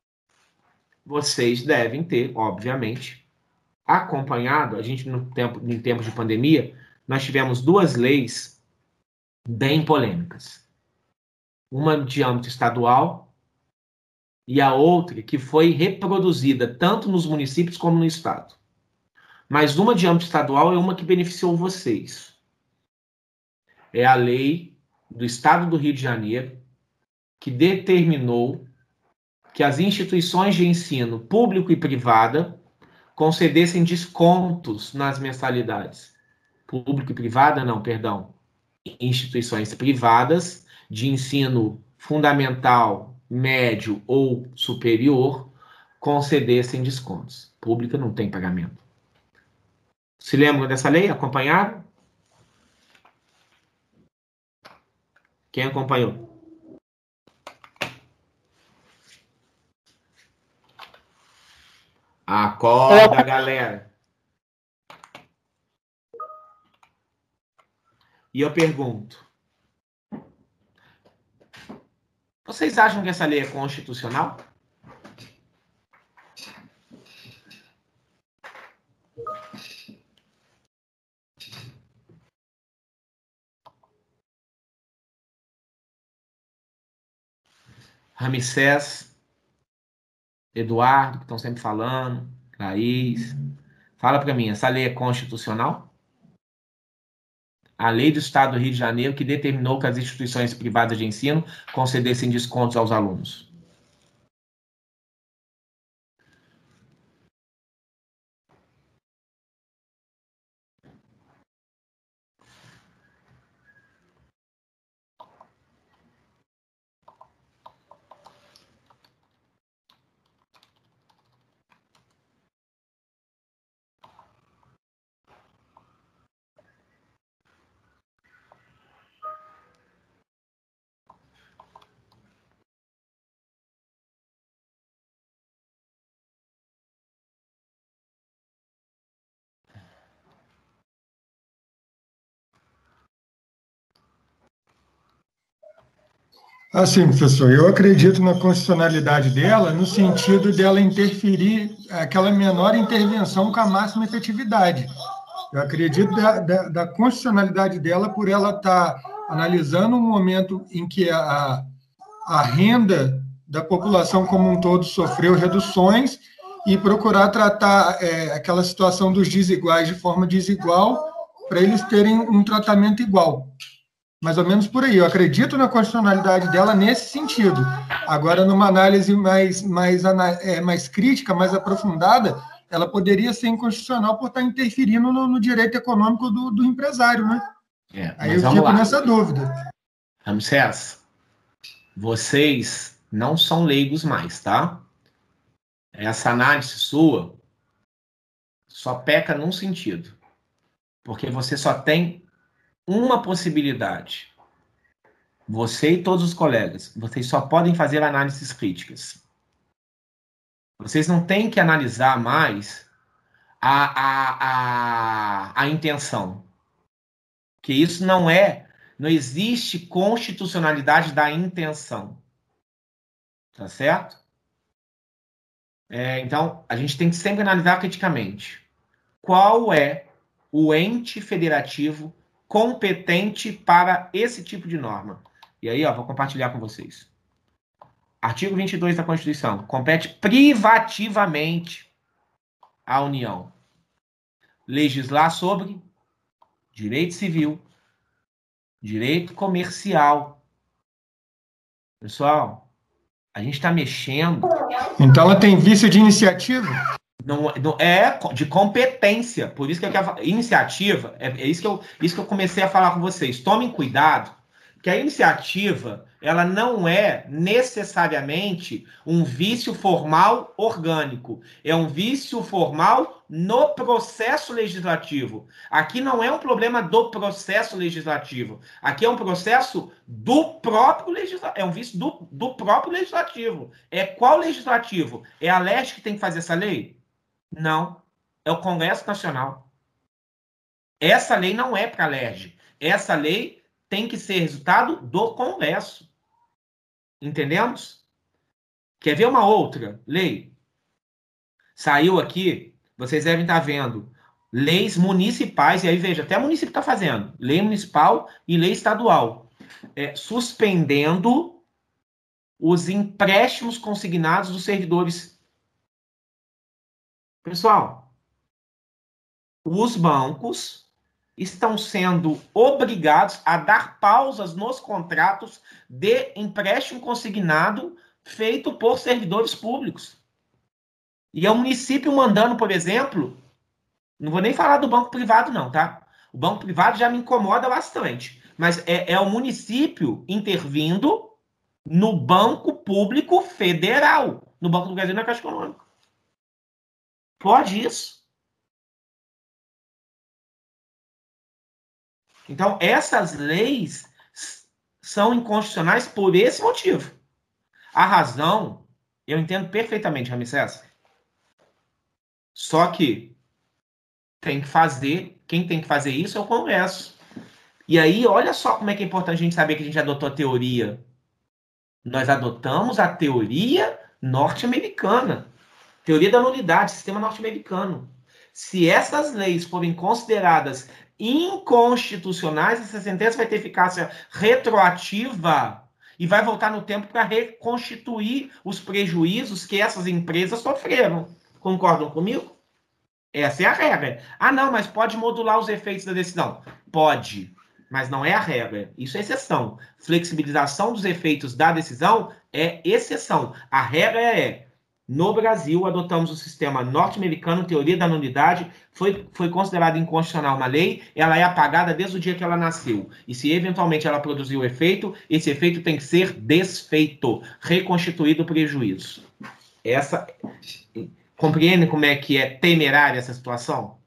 Speaker 1: Vocês devem ter, obviamente, acompanhado, a gente em tempos de pandemia, nós tivemos 2 leis bem polêmicas. Uma de âmbito estadual e a outra que foi reproduzida tanto nos municípios como no estado. Mas uma de âmbito estadual é uma que beneficiou vocês. É a lei do Estado do Rio de Janeiro, que determinou que as instituições de ensino público e privada concedessem descontos nas mensalidades. Público e privada, não, perdão. Instituições privadas de ensino fundamental, médio ou superior concedessem descontos. Pública não tem pagamento. Se lembram dessa lei? Acompanharam? Quem acompanhou? Acorda, galera. E eu pergunto, vocês acham que essa lei é constitucional? Ramsés, Eduardo, que estão sempre falando, Laís, fala para mim, essa lei é constitucional? A lei do Estado do Rio de Janeiro que determinou que as instituições privadas de ensino concedessem descontos aos alunos.
Speaker 2: Assim, professor, eu acredito na constitucionalidade dela no sentido dela interferir aquela menor intervenção com a máxima efetividade. Eu acredito da constitucionalidade dela por ela estar analisando um momento em que a renda da população como um todo sofreu reduções e procurar tratar aquela situação dos desiguais de forma desigual para eles terem um tratamento igual. Mais ou menos por aí. Eu acredito na constitucionalidade dela nesse sentido. Agora, numa análise mais crítica, mais aprofundada, ela poderia ser inconstitucional por estar interferindo no direito econômico do empresário, né? Aí eu fico nessa dúvida.
Speaker 1: Ramsés, vocês não são leigos mais, tá? Essa análise sua só peca num sentido. Porque você só tem uma possibilidade. Você e todos os colegas, vocês só podem fazer análises críticas. Vocês não têm que analisar mais a intenção. Que isso não existe constitucionalidade da intenção. Tá certo? Então, a gente tem que sempre analisar criticamente. Qual é o ente federativo competente para esse tipo de norma? E aí, vou compartilhar com vocês. Artigo 22 da Constituição. Compete privativamente à União legislar sobre direito civil, direito comercial. Pessoal, a gente está mexendo...
Speaker 2: Então ela tem vício de iniciativa?
Speaker 1: Não é de competência. Por isso que eu quero iniciativa, isso que eu comecei a falar com vocês. Tomem cuidado, que a iniciativa, ela não é necessariamente um vício formal orgânico. É um vício formal no processo legislativo. Aqui não é um problema do processo legislativo. Aqui é um processo do próprio legislativo. É um vício do próprio legislativo. É qual legislativo? É a LERJ que tem que fazer essa lei? Não, é o Congresso Nacional. Essa lei não é para a LERJ. Essa lei tem que ser resultado do Congresso. Entendemos? Quer ver uma outra lei? Saiu aqui, vocês devem estar vendo, leis municipais, e aí veja, até o município está fazendo, lei municipal e lei estadual, suspendendo os empréstimos consignados dos servidores. Pessoal, os bancos estão sendo obrigados a dar pausas nos contratos de empréstimo consignado feito por servidores públicos. E é o município mandando, por exemplo, não vou nem falar do banco privado não, tá? O banco privado já me incomoda bastante, mas é o município intervindo no banco público federal, no Banco do Brasil e na Caixa Econômica. Pode isso. Então, essas leis são inconstitucionais por esse motivo. A razão, eu entendo perfeitamente, Ramsés. Só que quem tem que fazer isso é o Congresso. E aí, olha só como é que é importante a gente saber que a gente adotou a teoria. Nós adotamos a teoria norte-americana. Teoria da nulidade, sistema norte-americano. Se essas leis forem consideradas inconstitucionais, essa sentença vai ter eficácia retroativa e vai voltar no tempo para reconstituir os prejuízos que essas empresas sofreram. Concordam comigo? Essa é a regra. Ah, não, mas pode modular os efeitos da decisão. Pode, mas não é a regra. Isso é exceção. Flexibilização dos efeitos da decisão é exceção. A regra no Brasil, adotamos o sistema norte-americano, teoria da nulidade, foi considerada inconstitucional uma lei, ela é apagada desde o dia que ela nasceu. E se eventualmente ela produziu efeito, esse efeito tem que ser desfeito, reconstituído o prejuízo. Compreende como é que é temerária essa situação?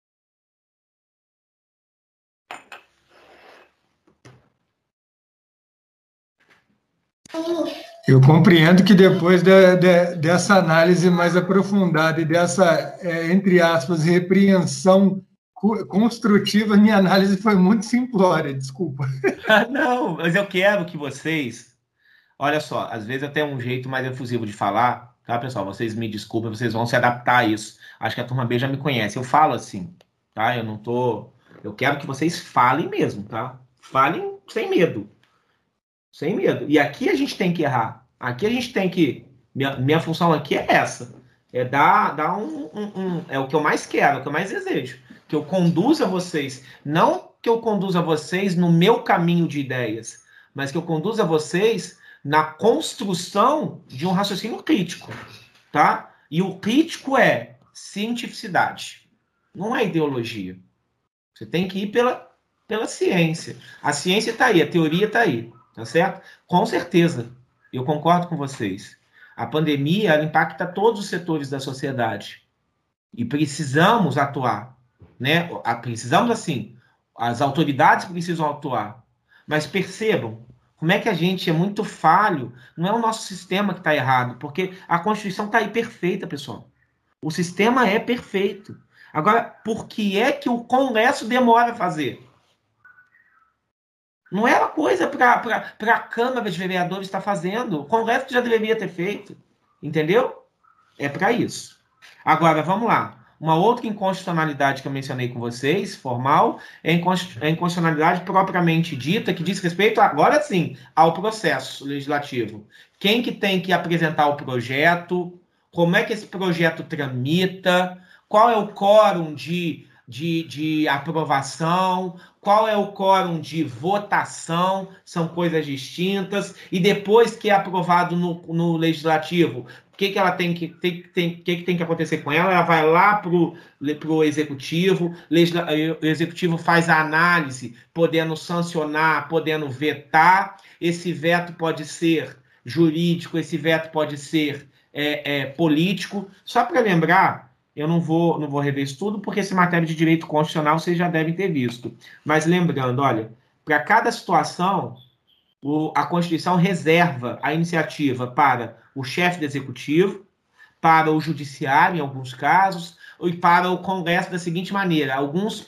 Speaker 2: Eu compreendo que depois dessa análise mais aprofundada e dessa, entre aspas, repreensão construtiva, minha análise foi muito simplória, desculpa.
Speaker 1: Não, mas eu quero que vocês olha só, às vezes eu tenho um jeito mais efusivo de falar, tá, pessoal? Vocês me desculpem, vocês vão se adaptar a isso. Acho que a turma B já me conhece. Eu falo assim, tá? Eu não tô. Eu quero que vocês falem mesmo, tá? Falem sem medo. Sem medo. E aqui a gente tem que errar. Aqui a gente tem que. Minha função aqui é essa. É dar é o que eu mais quero, é o que eu mais desejo. Que eu conduza vocês. Não que eu conduza vocês no meu caminho de ideias, mas que eu conduza vocês na construção de um raciocínio crítico. Tá? E o crítico é cientificidade. Não é ideologia. Você tem que ir pela ciência. A ciência está aí, a teoria está aí. Tá certo? Com certeza, eu concordo com vocês. A pandemia ela impacta todos os setores da sociedade e precisamos atuar, né? Precisamos assim, as autoridades precisam atuar. Mas percebam como é que a gente é muito falho. Não é o nosso sistema que está errado, porque a Constituição está aí perfeita, pessoal. O sistema é perfeito. Agora, por que é que o Congresso demora a fazer? Não é uma coisa para a Câmara de Vereadores estar fazendo. O Congresso já deveria ter feito. Entendeu? É para isso. Agora, vamos lá. Uma outra inconstitucionalidade que eu mencionei com vocês, formal, é a inconstitucionalidade propriamente dita, que diz respeito, agora sim, ao processo legislativo. Quem que tem que apresentar o projeto, como é que esse projeto tramita, qual é o quórum de aprovação, qual é o quórum de votação, são coisas distintas, e depois que é aprovado no legislativo, o que ela tem que acontecer com ela? Ela vai lá para o executivo, o executivo faz a análise, podendo sancionar, podendo vetar. Esse veto pode ser jurídico, esse veto pode ser político. Só para lembrar, eu não vou rever isso tudo, porque esse matéria de direito constitucional vocês já devem ter visto. Mas lembrando, olha, para cada situação, a Constituição reserva a iniciativa para o chefe do executivo, para o judiciário, em alguns casos, e para o Congresso da seguinte maneira: alguns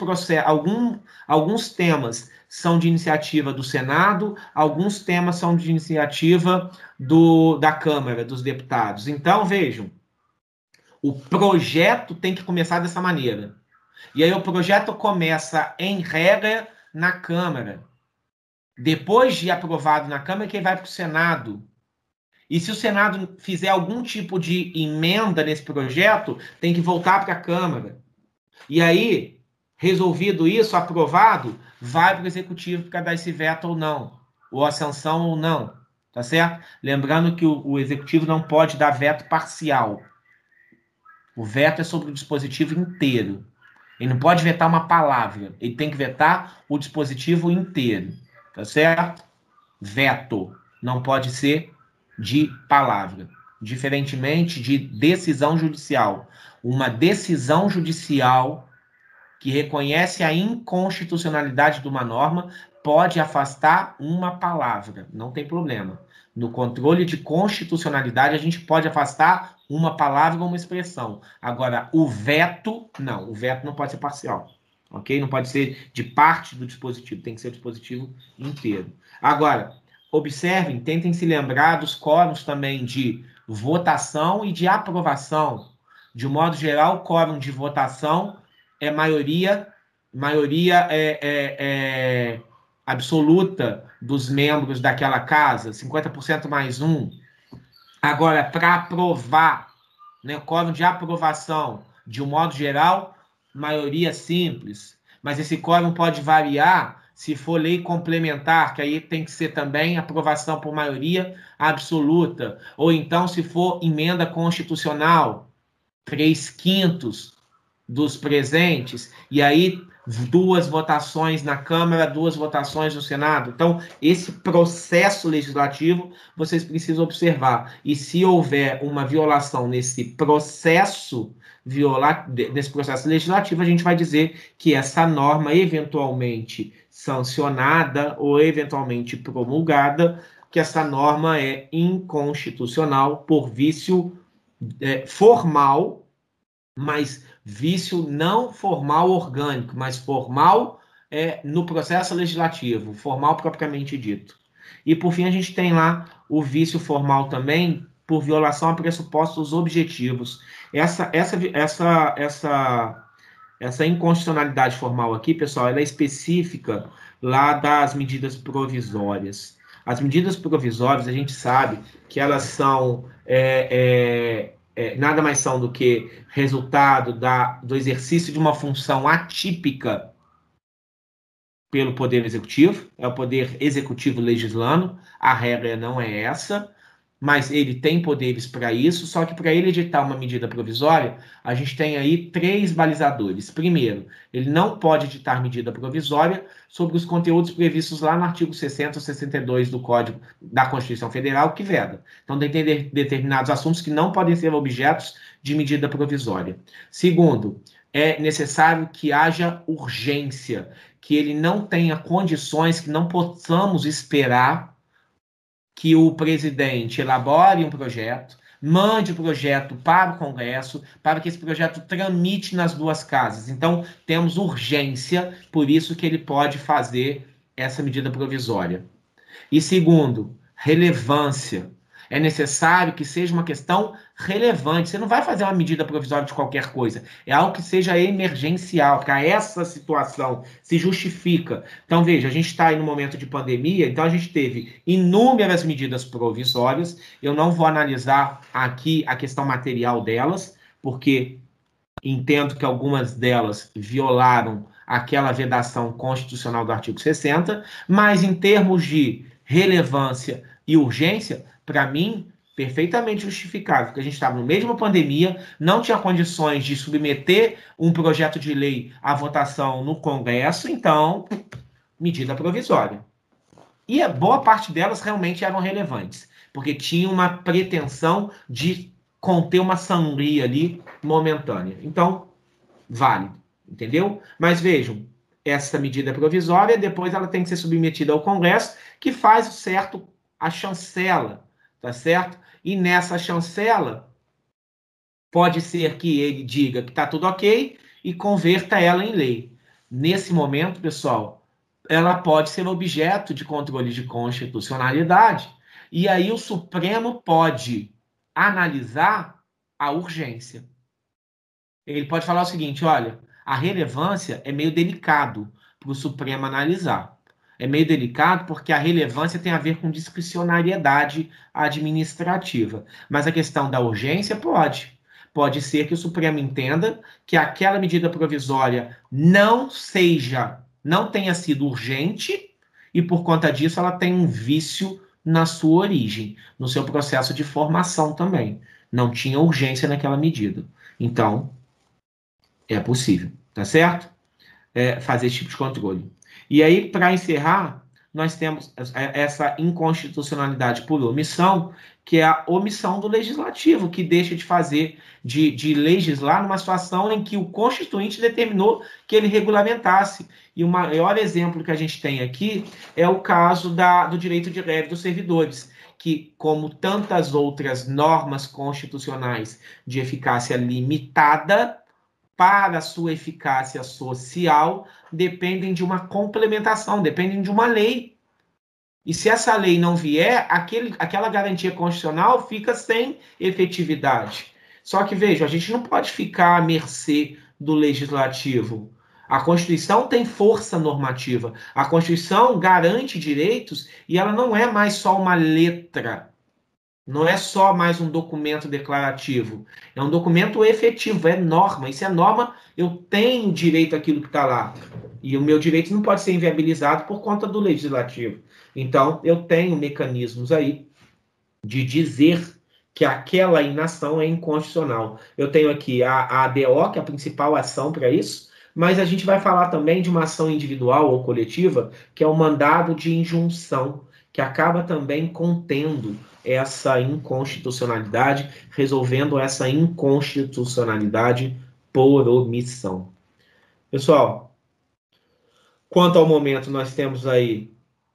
Speaker 1: temas são de iniciativa do Senado, alguns temas são de iniciativa da Câmara, dos deputados. Então, vejam, o projeto tem que começar dessa maneira. E aí o projeto começa, em regra, na Câmara. Depois de aprovado na Câmara, que vai para o Senado. E se o Senado fizer algum tipo de emenda nesse projeto, tem que voltar para a Câmara. E aí, resolvido isso, aprovado, vai para o Executivo para dar esse veto ou não, ou a sanção ou não, tá certo? Lembrando que o Executivo não pode dar veto parcial. O veto é sobre o dispositivo inteiro. Ele não pode vetar uma palavra, ele tem que vetar o dispositivo inteiro, tá certo? Veto não pode ser de palavra, diferentemente de decisão judicial. Uma decisão judicial que reconhece a inconstitucionalidade de uma norma pode afastar uma palavra, não tem problema. No controle de constitucionalidade, a gente pode afastar uma palavra ou uma expressão. Agora, o veto não pode ser parcial, ok? Não pode ser de parte do dispositivo, tem que ser o dispositivo inteiro. Agora, observem, tentem se lembrar dos quórums também de votação e de aprovação. De um modo geral, o quórum de votação é maioria absoluta dos membros daquela casa, 50% mais um. Agora, para aprovar, né, quórum de aprovação, de um modo geral, maioria simples. Mas esse quórum pode variar se for lei complementar, que aí tem que ser também aprovação por maioria absoluta. Ou então, se for emenda constitucional, 3/5 dos presentes, e aí 2 votações na Câmara, 2 votações no Senado. Então, esse processo legislativo vocês precisam observar. E se houver uma violação nesse processo legislativo, a gente vai dizer que essa norma, eventualmente sancionada ou eventualmente promulgada, que essa norma é inconstitucional por vício formal, mas vício não formal orgânico, mas formal no processo legislativo, formal propriamente dito. E, por fim, a gente tem lá o vício formal também, por violação a pressupostos objetivos. Essa inconstitucionalidade formal aqui, pessoal, ela é específica lá das medidas provisórias. As medidas provisórias, a gente sabe que elas são nada mais são do que resultado do exercício de uma função atípica pelo Poder Executivo, é o Poder Executivo legislando, a regra não é essa, mas ele tem poderes para isso, só que para ele editar uma medida provisória, a gente tem aí 3 balizadores. Primeiro, ele não pode editar medida provisória sobre os conteúdos previstos lá no artigo 60 ou 62 do Código da Constituição Federal, que veda. Então, tem determinados assuntos que não podem ser objetos de medida provisória. Segundo, é necessário que haja urgência, que ele não tenha condições, que não possamos esperar que o presidente elabore um projeto, mande o projeto para o Congresso, para que esse projeto tramite nas 2 casas. Então, temos urgência, por isso que ele pode fazer essa medida provisória. E segundo, relevância. É necessário que seja uma questão relevante. Você não vai fazer uma medida provisória de qualquer coisa. É algo que seja emergencial, para essa situação se justifica. Então, veja, a gente está aí no momento de pandemia, então a gente teve inúmeras medidas provisórias. Eu não vou analisar aqui a questão material delas, porque entendo que algumas delas violaram aquela vedação constitucional do artigo 60, mas em termos de relevância e urgência, para mim, perfeitamente justificável, porque a gente estava no meio de uma pandemia, não tinha condições de submeter um projeto de lei à votação no Congresso, então, medida provisória. E a boa parte delas realmente eram relevantes, porque tinha uma pretensão de conter uma sangria ali momentânea. Então, válido, entendeu? Mas vejam, essa medida provisória, depois ela tem que ser submetida ao Congresso, que faz o certo, a chancela, tá certo? E nessa chancela, pode ser que ele diga que está tudo ok e converta ela em lei. Nesse momento, pessoal, ela pode ser objeto de controle de constitucionalidade, e aí o Supremo pode analisar a urgência. Ele pode falar o seguinte, olha, a relevância é meio delicado para o Supremo analisar. É meio delicado porque a relevância tem a ver com discricionariedade administrativa. Mas a questão da urgência pode. Pode ser que o Supremo entenda que aquela medida provisória não tenha sido urgente e, por conta disso, ela tem um vício na sua origem, no seu processo de formação também. Não tinha urgência naquela medida. Então, é possível, tá certo? Fazer esse tipo de controle. E aí, para encerrar, nós temos essa inconstitucionalidade por omissão, que é a omissão do legislativo, que deixa de fazer, de legislar numa situação em que o Constituinte determinou que ele regulamentasse. E o maior exemplo que a gente tem aqui é o caso do direito de greve dos servidores, que, como tantas outras normas constitucionais de eficácia limitada, para sua eficácia social, dependem de uma complementação, dependem de uma lei. E se essa lei não vier, aquela garantia constitucional fica sem efetividade. Só que, veja, a gente não pode ficar à mercê do legislativo. A Constituição tem força normativa. A Constituição garante direitos e ela não é mais só uma letra. Não é só mais um documento declarativo, é um documento efetivo, é norma. E se é norma, eu tenho direito àquilo que está lá. E o meu direito não pode ser inviabilizado por conta do legislativo. Então, eu tenho mecanismos aí de dizer que aquela inação é inconstitucional. Eu tenho aqui a ADO, que é a principal ação para isso, mas a gente vai falar também de uma ação individual ou coletiva, que é o mandado de injunção, que acaba também contendo essa inconstitucionalidade, resolvendo essa inconstitucionalidade por omissão. Pessoal, quanto ao momento, nós temos aí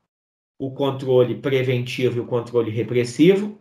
Speaker 1: o controle preventivo e o controle repressivo.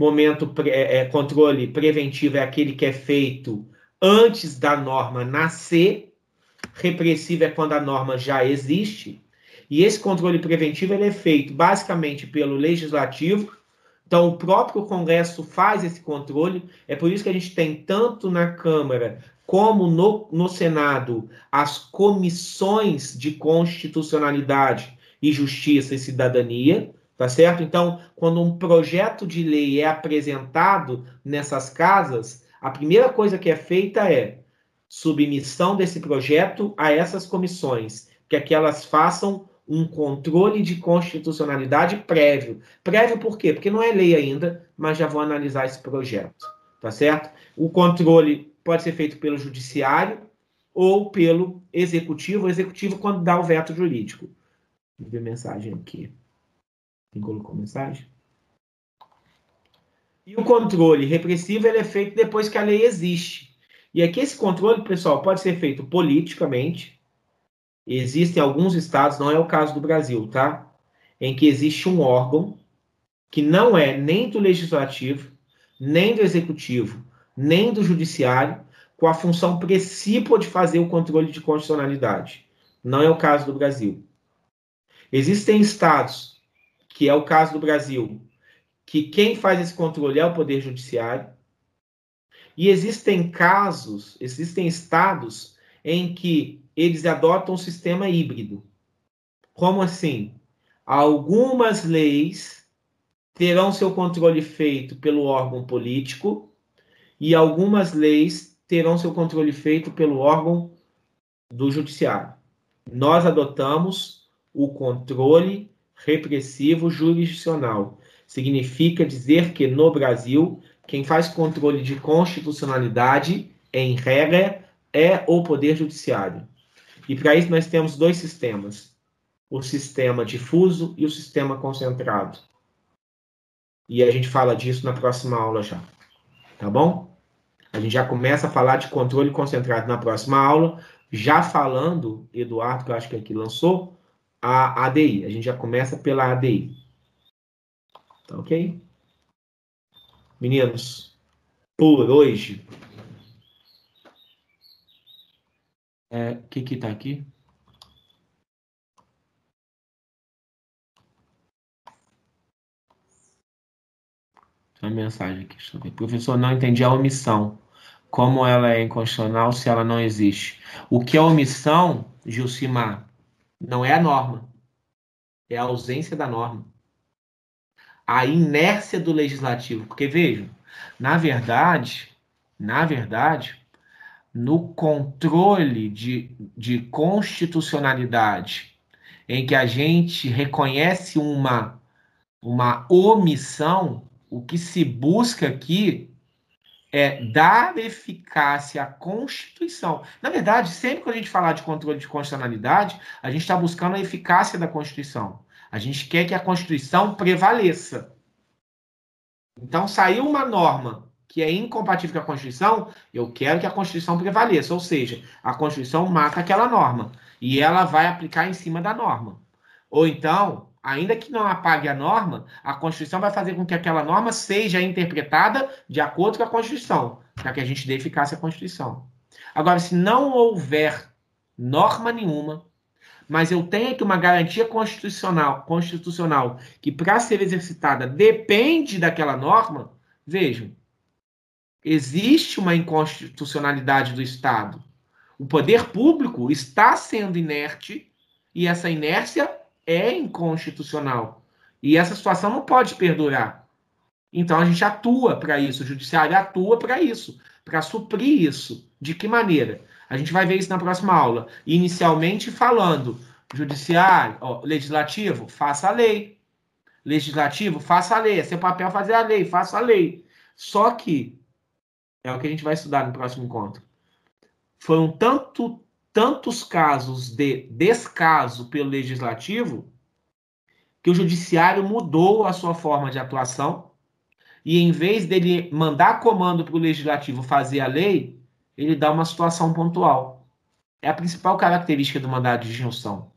Speaker 1: Controle preventivo é aquele que é feito antes da norma nascer. Repressivo é quando a norma já existe. E esse controle preventivo ele é feito basicamente pelo Legislativo. Então, o próprio Congresso faz esse controle. É por isso que a gente tem, tanto na Câmara como no Senado, as comissões de constitucionalidade e justiça e cidadania, tá certo? Então, quando um projeto de lei é apresentado nessas casas, a primeira coisa que é feita é submissão desse projeto a essas comissões, para que elas façam um controle de constitucionalidade prévio. Prévio por quê? Porque não é lei ainda, mas já vou analisar esse projeto, tá certo? O controle pode ser feito pelo judiciário ou pelo executivo. O executivo quando dá o veto jurídico. Vou ver mensagem aqui. Quem colocou mensagem? E o controle repressivo ele é feito depois que a lei existe. E aqui esse controle, pessoal, pode ser feito politicamente. Existem alguns estados, não é o caso do Brasil, tá? Em que existe um órgão que não é nem do legislativo, nem do executivo, nem do judiciário, com a função principal de fazer o controle de constitucionalidade. Não é o caso do Brasil. Existem estados, que é o caso do Brasil, que quem faz esse controle é o Poder Judiciário. E existem casos, existem estados em que eles adotam um sistema híbrido. Como assim? Algumas leis terão seu controle feito pelo órgão político e algumas leis terão seu controle feito pelo órgão do judiciário. Nós adotamos o controle repressivo jurisdicional. Significa dizer que no Brasil, quem faz controle de constitucionalidade, em regra, é o Poder Judiciário. E para isso nós temos dois sistemas: o sistema difuso e o sistema concentrado. E a gente fala disso na próxima aula já. Tá bom? A gente já começa a falar de controle concentrado na próxima aula, já falando, Eduardo, que eu acho que aqui lançou, a ADI. A gente já começa pela ADI. Tá ok? Meninos, por hoje... O que tá aqui? Tem uma mensagem aqui, deixa eu ver. Professor, não entendi a omissão. Como ela é inconstitucional se ela não existe? O que é omissão, Gilcimar, não é a norma. É a ausência da norma. A inércia do legislativo. Porque, vejam, na verdade, no controle de constitucionalidade, em que a gente reconhece uma omissão, o que se busca aqui é dar eficácia à Constituição. Na verdade, sempre que a gente falar de controle de constitucionalidade, a gente está buscando a eficácia da Constituição. A gente quer que a Constituição prevaleça. Então, saiu uma norma que é incompatível com a Constituição, eu quero que a Constituição prevaleça. Ou seja, a Constituição mata aquela norma e ela vai aplicar em cima da norma. Ou então, ainda que não apague a norma, a Constituição vai fazer com que aquela norma seja interpretada de acordo com a Constituição, para que a gente dê eficácia à Constituição. Agora, se não houver norma nenhuma, mas eu tenho aqui uma garantia constitucional que, para ser exercitada, depende daquela norma, vejam, existe uma inconstitucionalidade do Estado. O poder público está sendo inerte e essa inércia é inconstitucional. E essa situação não pode perdurar. Então a gente atua para isso, o judiciário atua para isso, para suprir isso. De que maneira? A gente vai ver isso na próxima aula. Inicialmente falando, judiciário, legislativo, faça a lei. Legislativo, faça a lei. É seu papel fazer a lei, faça a lei. Só que, é o que a gente vai estudar no próximo encontro, foram tantos casos de descaso pelo legislativo que o judiciário mudou a sua forma de atuação e, em vez dele mandar comando para o legislativo fazer a lei, ele dá uma situação pontual. É a principal característica do mandado de injunção.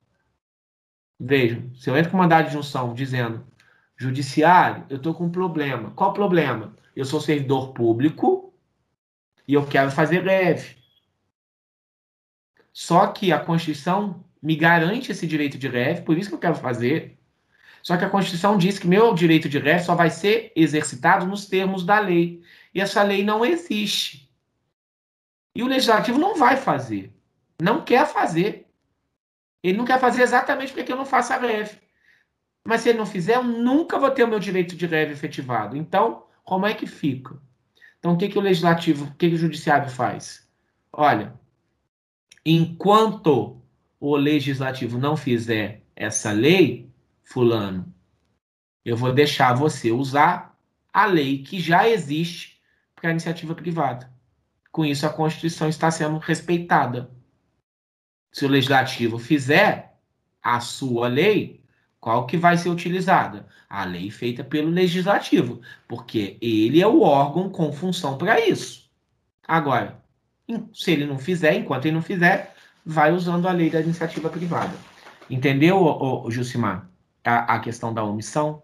Speaker 1: Vejam, se eu entro com mandado de injunção dizendo: judiciário, eu estou com um problema. Qual o problema? Eu sou servidor público e eu quero fazer greve. Só que a Constituição me garante esse direito de greve, por isso que eu quero fazer. Só que a Constituição diz que meu direito de greve só vai ser exercitado nos termos da lei. E essa lei não existe. E o Legislativo não vai fazer. Não quer fazer. Ele não quer fazer exatamente porque eu não faço a greve. Mas se ele não fizer, eu nunca vou ter o meu direito de greve efetivado. Então, como é que fica? Então, o que o Legislativo, o que o Judiciário faz? Olha, enquanto o Legislativo não fizer essa lei, fulano, eu vou deixar você usar a lei que já existe para a iniciativa privada. Com isso, a Constituição está sendo respeitada. Se o Legislativo fizer a sua lei, qual que vai ser utilizada? A lei feita pelo Legislativo, porque ele é o órgão com função para isso. Agora, se ele não fizer, enquanto ele não fizer, vai usando a lei da iniciativa privada. Entendeu, Jucimar, a questão da omissão?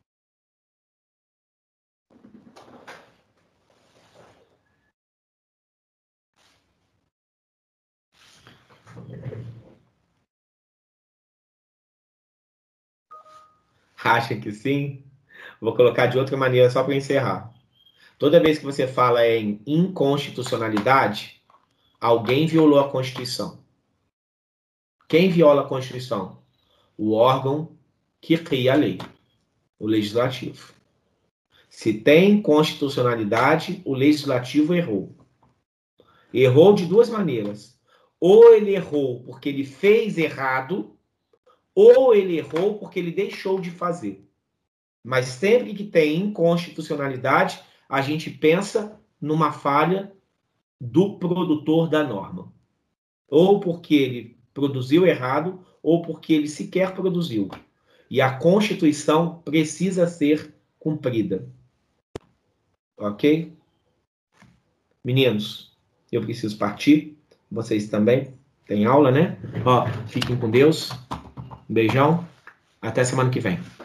Speaker 1: Acha que sim? Vou colocar de outra maneira só para encerrar. Toda vez que você fala em inconstitucionalidade, alguém violou a Constituição. Quem viola a Constituição? O órgão que cria a lei, o Legislativo. Se tem constitucionalidade, o Legislativo errou. Errou de duas maneiras. Ou ele errou porque ele fez errado, ou ele errou porque ele deixou de fazer. Mas sempre que tem inconstitucionalidade, a gente pensa numa falha do produtor da norma. Ou porque ele produziu errado, ou porque ele sequer produziu. E a Constituição precisa ser cumprida. Ok? Meninos, eu preciso partir. Vocês também têm aula, né? Ó, fiquem com Deus. Um beijão. Até semana que vem.